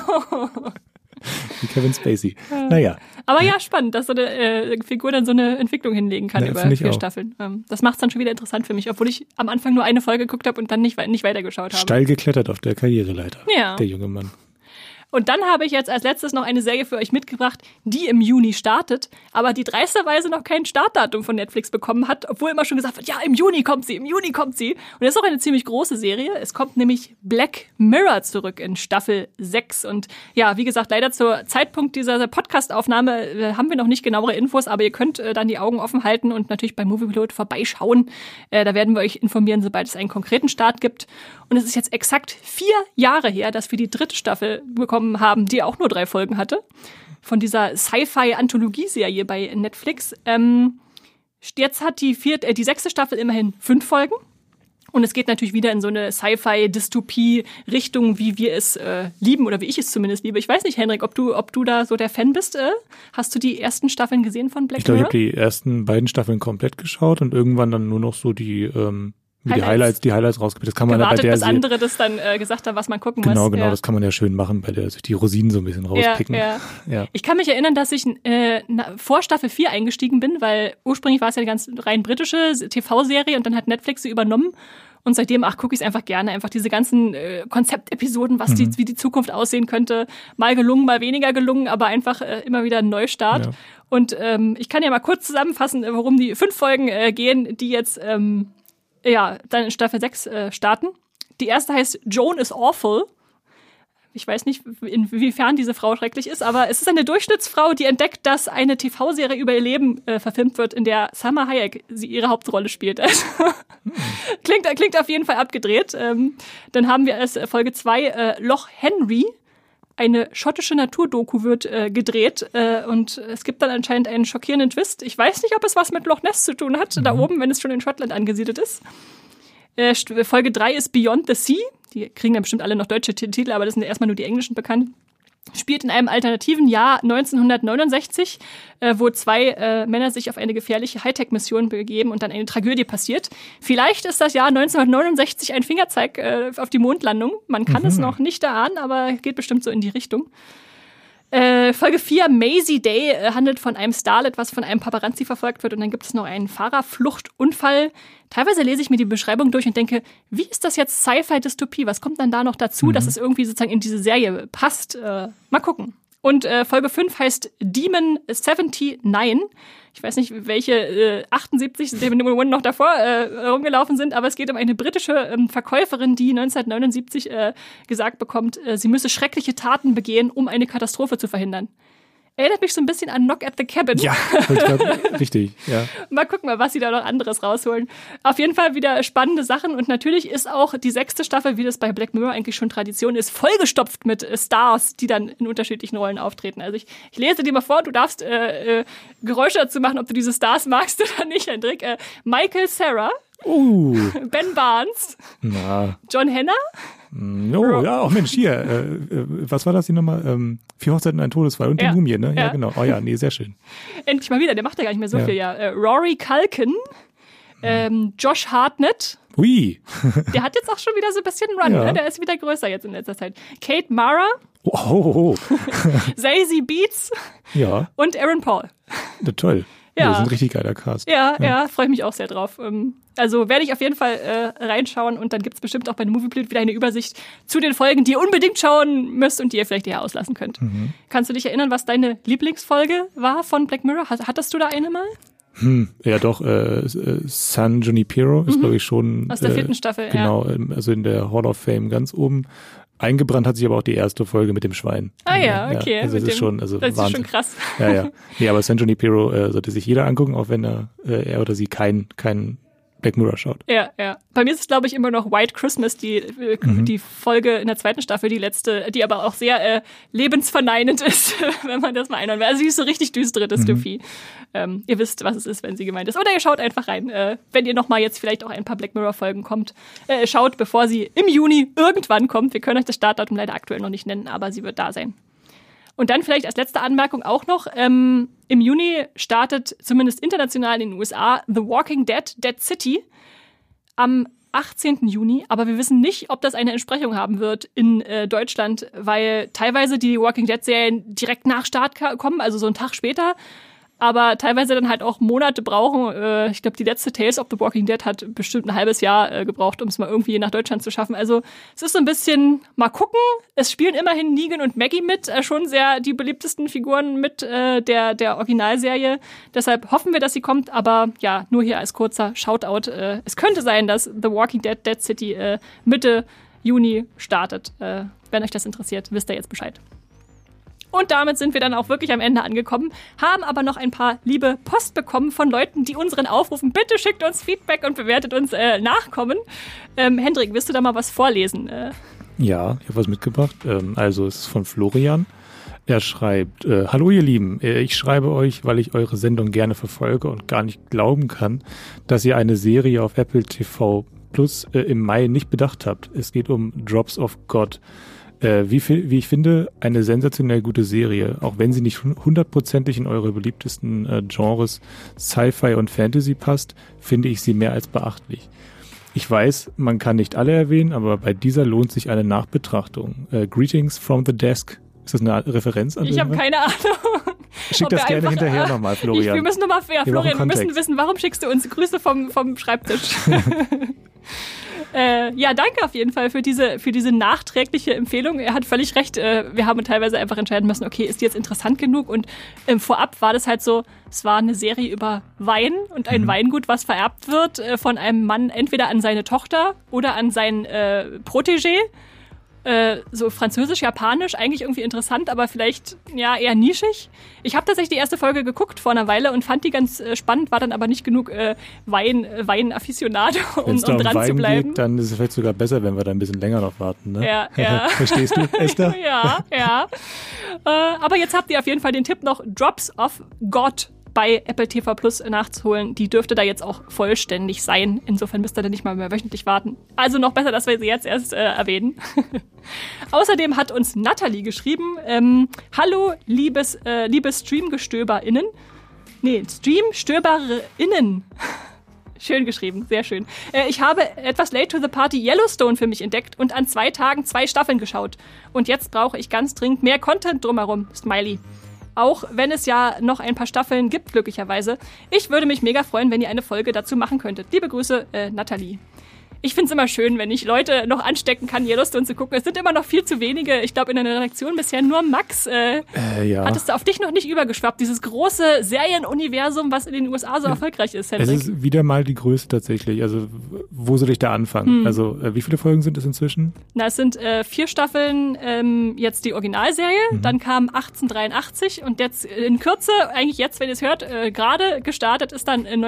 Wie Kevin Spacey. Naja. Aber ja, spannend, dass so eine äh, Figur dann so eine Entwicklung hinlegen kann, ja, über vier auch. Staffeln. Ähm, das macht es dann schon wieder interessant für mich, obwohl ich am Anfang nur eine Folge geguckt habe und dann nicht, nicht weitergeschaut habe. Steil geklettert auf der Karriereleiter, ja. Der junge Mann. Und dann habe ich jetzt als letztes noch eine Serie für euch mitgebracht, die im Juni startet, aber die dreisterweise noch kein Startdatum von Netflix bekommen hat, obwohl immer schon gesagt wird, ja, im Juni kommt sie, im Juni kommt sie. Und das ist auch eine ziemlich große Serie. Es kommt nämlich Black Mirror zurück in Staffel sechs. Und ja, wie gesagt, leider zur Zeitpunkt dieser Podcast-Aufnahme äh, haben wir noch nicht genauere Infos, aber ihr könnt äh, dann die Augen offen halten und natürlich bei Moviepilot vorbeischauen. Äh, da werden wir euch informieren, sobald es einen konkreten Start gibt. Und es ist jetzt exakt vier Jahre her, dass wir die dritte Staffel bekommen haben, die auch nur drei Folgen hatte, von dieser Sci-Fi-Anthologie-Serie bei Netflix. Ähm, jetzt hat die, vierte, äh, die sechste Staffel immerhin fünf Folgen. Und es geht natürlich wieder in so eine Sci-Fi-Dystopie-Richtung, wie wir es äh, lieben oder wie ich es zumindest liebe. Ich weiß nicht, Henrik, ob du, ob du da so der Fan bist. Äh? Hast du die ersten Staffeln gesehen von Black ich glaub, Mirror? Ich glaube, ich habe die ersten beiden Staffeln komplett geschaut und irgendwann dann nur noch so die ähm Wie die Highlights, die Highlights rausgebracht. Das kann man gewartet, ja bei der bis andere das dann äh, gesagt haben, was man gucken genau, muss. Genau, genau, ja. das kann man ja schön machen, bei der sich die Rosinen so ein bisschen rauspicken. Ja, ja. Ja. Ich kann mich erinnern, dass ich äh, na, vor Staffel vier eingestiegen bin, weil ursprünglich war es ja eine ganz rein britische T V-Serie und dann hat Netflix sie übernommen. Und seitdem, ach, gucke ich es einfach gerne. Einfach diese ganzen äh, Konzeptepisoden, was die, wie die Zukunft aussehen könnte. Mal gelungen, mal weniger gelungen, aber einfach äh, immer wieder ein Neustart. Ja. Und ähm, ich kann ja mal kurz zusammenfassen, worum die fünf Folgen äh, gehen, die jetzt ähm, ja dann in Staffel sechs äh, starten. Die erste heißt Joan is Awful. Ich weiß nicht, inwiefern diese Frau schrecklich ist, aber es ist eine Durchschnittsfrau, die entdeckt, dass eine T V-Serie über ihr Leben äh, verfilmt wird, in der Salma Hayek sie ihre Hauptrolle spielt. Also, hm. klingt, klingt auf jeden Fall abgedreht. Ähm, dann haben wir als Folge zwei äh, Loch Henry. Eine schottische Naturdoku wird äh, gedreht äh, und es gibt dann anscheinend einen schockierenden Twist. Ich weiß nicht, ob es was mit Loch Ness zu tun hat, mhm. da oben, wenn es schon in Schottland angesiedelt ist. Äh, Folge drei ist Beyond the Sea. Die kriegen dann bestimmt alle noch deutsche Titel, aber das sind ja erstmal nur die englischen bekannt. Spielt in einem alternativen Jahr neunzehnhundertneunundsechzig, äh, wo zwei äh, Männer sich auf eine gefährliche Hightech-Mission begeben und dann eine Tragödie passiert. Vielleicht ist das Jahr neunzehnhundertneunundsechzig ein Fingerzeig äh, auf die Mondlandung. Man kann mhm. es noch nicht erahnen, aber geht bestimmt so in die Richtung. Äh, Folge vier, Maisie Day, äh, handelt von einem Starlet, was von einem Paparazzi verfolgt wird. Und dann gibt es noch einen Fahrerfluchtunfall. Teilweise lese ich mir die Beschreibung durch und denke, wie ist das jetzt Sci-Fi-Dystopie? Was kommt dann da noch dazu, mhm. dass es irgendwie sozusagen in diese Serie passt? Äh, mal gucken. Und äh, Folge fünf heißt Demon neunundsiebzig. Ich weiß nicht, welche äh, achtundsiebzig noch davor äh, rumgelaufen sind, aber es geht um eine britische ähm, Verkäuferin, die neunzehnhundertneunundsiebzig äh, gesagt bekommt, äh, sie müsse schreckliche Taten begehen, um eine Katastrophe zu verhindern. Erinnert mich so ein bisschen an Knock at the Cabin. Ja, richtig, ja. Mal gucken, was sie da noch anderes rausholen. Auf jeden Fall wieder spannende Sachen und natürlich ist auch die sechste Staffel, wie das bei Black Mirror eigentlich schon Tradition ist, vollgestopft mit äh, Stars, die dann in unterschiedlichen Rollen auftreten. Also ich, ich lese dir mal vor, du darfst äh, äh, Geräusche dazu machen, ob du diese Stars magst oder nicht, Hendrik. Äh, Michael Cera, uh. Ben Barnes, Na. John Henner. Oh, ja, auch Mensch, hier, äh, was war das hier nochmal? Ähm, Vier Hochzeiten, ein Todesfall und die ja. Mumie, ne? Ja, ja, genau. Oh ja, nee, sehr schön. Endlich mal wieder, der macht ja gar nicht mehr so ja. viel, ja. Äh, Rory Culkin, ähm, Josh Hartnett. Ui. Der hat jetzt auch schon wieder so ein bisschen Run, ja. ne? Der ist wieder größer jetzt in letzter Zeit. Kate Mara. Oh, oh, oh. Zazie Beetz. Ja. Und Aaron Paul. Ja, toll. Ja. Das ist ein richtig geiler Cast. Ja, ja, ja, freue ich mich auch sehr drauf. Also werde ich auf jeden Fall äh, reinschauen und dann gibt es bestimmt auch bei Moviepilot wieder eine Übersicht zu den Folgen, die ihr unbedingt schauen müsst und die ihr vielleicht eher auslassen könnt. Mhm. Kannst du dich erinnern, was deine Lieblingsfolge war von Black Mirror? Hattest du da eine mal? Hm, ja doch, äh, San Junipero ist, mhm. glaube ich, schon aus der vierten äh, Staffel, genau, ja. also in der Hall of Fame ganz oben. Eingebrannt hat sich aber auch die erste Folge mit dem Schwein. Ah ja, okay. Ja, also das ist schon, also das ist Wahnsinn. schon krass. Ja, ja. Nee, aber San Junipero äh, sollte sich jeder angucken, auch wenn er, äh, er oder sie kein, kein Black Mirror schaut. Ja, ja. Bei mir ist es, glaube ich, immer noch White Christmas, die, äh, mhm. die Folge in der zweiten Staffel, die letzte, die aber auch sehr äh, lebensverneinend ist, wenn man das mal einhören will. Also sie ist so richtig düstere Dystopie. Mhm. Ähm, ihr wisst, was es ist, wenn sie gemeint ist. Oder ihr schaut einfach rein. Äh, wenn ihr nochmal jetzt vielleicht auch ein paar Black Mirror-Folgen kommt, äh, schaut, bevor sie im Juni irgendwann kommt. Wir können euch das Startdatum leider aktuell noch nicht nennen, aber sie wird da sein. Und dann vielleicht als letzte Anmerkung auch noch, ähm, im Juni startet zumindest international in den U S A The Walking Dead, Dead City am achtzehnten Juni, aber wir wissen nicht, ob das eine Entsprechung haben wird in äh, Deutschland, weil teilweise die Walking Dead-Serien direkt nach Start ka- kommen, also so einen Tag später, aber teilweise dann halt auch Monate brauchen. Äh, ich glaube, die letzte Tales of the Walking Dead hat bestimmt ein halbes Jahr äh, gebraucht, um es mal irgendwie nach Deutschland zu schaffen. Also es ist so ein bisschen, mal gucken. Es spielen immerhin Negan und Maggie mit, äh, schon sehr die beliebtesten Figuren mit äh, der, der Originalserie. Deshalb hoffen wir, dass sie kommt, aber ja, nur hier als kurzer Shoutout. Äh, es könnte sein, dass The Walking Dead, Dead City äh, Mitte Juni startet. Äh, wenn euch das interessiert, wisst ihr jetzt Bescheid. Und damit sind wir dann auch wirklich am Ende angekommen, haben aber noch ein paar liebe Post bekommen von Leuten, die unseren Aufrufen, bitte schickt uns Feedback und bewertet uns, äh, nachkommen. Ähm, Hendrik, willst du da mal was vorlesen? Äh. Ja, ich habe was mitgebracht. Ähm, also es ist von Florian. Er schreibt, äh, hallo ihr Lieben, ich schreibe euch, weil ich eure Sendung gerne verfolge und gar nicht glauben kann, dass ihr eine Serie auf Apple T V Plus äh, im Mai nicht bedacht habt. Es geht um Drops of God. Äh, wie, wie ich finde, eine sensationell gute Serie, auch wenn sie nicht hundertprozentig in eure beliebtesten äh, Genres Sci-Fi und Fantasy passt, finde ich sie mehr als beachtlich. Ich weiß, man kann nicht alle erwähnen, aber bei dieser lohnt sich eine Nachbetrachtung. Äh, Greetings from the Desk. Ist das eine Referenz an Ich habe keine Ahnung. Schick das gerne einfach, hinterher äh, nochmal, Florian. Ich, wir müssen nochmal, ja, Florian, wir müssen Kontext. wissen, warum schickst du uns Grüße vom, vom Schreibtisch? Äh, ja, danke auf jeden Fall für diese, für diese nachträgliche Empfehlung. Er hat völlig recht. Äh, wir haben teilweise einfach entscheiden müssen, okay, ist die jetzt interessant genug? Und ähm, vorab war das halt so, es war eine Serie über Wein und ein mhm. Weingut, was vererbt wird äh, von einem Mann entweder an seine Tochter oder an seinen äh, Protégé. Äh, so französisch, japanisch, eigentlich irgendwie interessant, aber vielleicht ja eher nischig. Ich habe tatsächlich die erste Folge geguckt vor einer Weile und fand die ganz äh, spannend, war dann aber nicht genug äh, Wein, äh, Wein-Afficionado, um, um dran Wein zu bleiben. Geht, dann ist es vielleicht sogar besser, wenn wir da ein bisschen länger noch warten. Ne? Ja, ja. Verstehst du, Esther? ja, ja. Äh, aber jetzt habt ihr auf jeden Fall den Tipp noch, Drops of God bei Apple T V Plus nachzuholen. Die dürfte da jetzt auch vollständig sein. Insofern müsst ihr dann nicht mal mehr wöchentlich warten. Also noch besser, dass wir sie jetzt erst äh, erwähnen. Außerdem hat uns Natalie geschrieben, ähm, hallo, liebes, äh, liebe StreamgestöberInnen. Nee, StreamstöberInnen. Schön geschrieben, sehr schön. Äh, ich habe etwas late to the party Yellowstone für mich entdeckt und an zwei Tagen zwei Staffeln geschaut. Und jetzt brauche ich ganz dringend mehr Content drumherum. Smiley. Auch wenn es ja noch ein paar Staffeln gibt, glücklicherweise. Ich würde mich mega freuen, wenn ihr eine Folge dazu machen könntet. Liebe Grüße, äh, Nathalie. Ich finde es immer schön, wenn ich Leute noch anstecken kann, Yellowstone zu gucken. Es sind immer noch viel zu wenige. Ich glaube, in der Redaktion bisher nur Max. Äh, äh, ja. Hat es da auf dich noch nicht übergeschwappt? Dieses große Serienuniversum, was in den U S A so erfolgreich ist, Hendrik. Es ist wieder mal die Größe tatsächlich. Also wo soll ich da anfangen? Hm. Also äh, wie viele Folgen sind es inzwischen? Na, es sind äh, vier Staffeln, ähm, jetzt die Originalserie. Mhm. Dann kam achtzehnhundertdreiundachtzig und jetzt in Kürze, eigentlich jetzt, wenn ihr es hört, äh, gerade gestartet ist dann äh,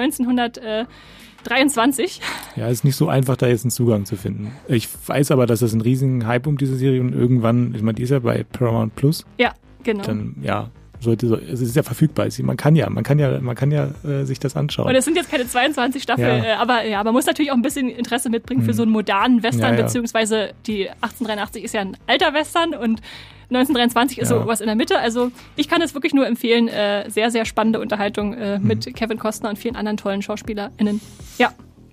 neunzehnhundertdreiundzwanzig. Ja, es ist nicht so einfach, da jetzt einen Zugang zu finden. Ich weiß aber, dass es einen riesigen Hype um diese Serie und irgendwann, ich meine, die ist ja bei Paramount Plus. Ja, genau. Dann, ja, sollte so, es ist ja verfügbar. Man kann ja, man kann ja, man kann ja äh, sich das anschauen. Und es sind jetzt keine zweiundzwanzig Staffeln, ja. Äh, aber ja, man muss natürlich auch ein bisschen Interesse mitbringen für so einen modernen Western, ja, ja. beziehungsweise die achtzehnhundertdreiundachtzig ist ja ein alter Western und neunzehnhundertdreiundzwanzig ist ja. so was in der Mitte. Also ich kann es wirklich nur empfehlen. Äh, sehr, sehr spannende Unterhaltung äh, mhm. mit Kevin Costner und vielen anderen tollen SchauspielerInnen. Ja.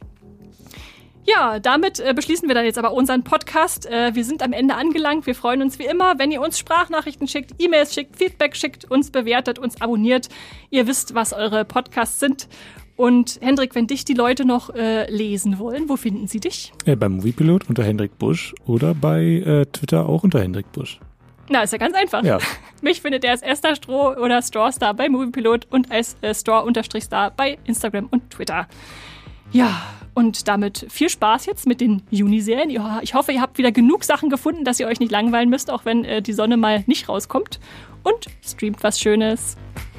Ja, damit äh, beschließen wir dann jetzt aber unseren Podcast. Äh, wir sind am Ende angelangt. Wir freuen uns wie immer, wenn ihr uns Sprachnachrichten schickt, E-Mails schickt, Feedback schickt, uns bewertet, uns abonniert. Ihr wisst, was eure Podcasts sind. Und Hendrik, wenn dich die Leute noch äh, lesen wollen, wo finden sie dich? Äh, beim Moviepilot unter Hendrik Busch oder bei äh, Twitter auch unter Hendrik Busch. Na, ist ja ganz einfach. Ja. Mich findet ihr als Esther Stroh oder Strawstar bei Moviepilot und als äh, Straw-Star bei Instagram und Twitter. Ja, und damit viel Spaß jetzt mit den Juni-Serien. Ja, ich hoffe, ihr habt wieder genug Sachen gefunden, dass ihr euch nicht langweilen müsst, auch wenn äh, die Sonne mal nicht rauskommt. Und streamt was Schönes.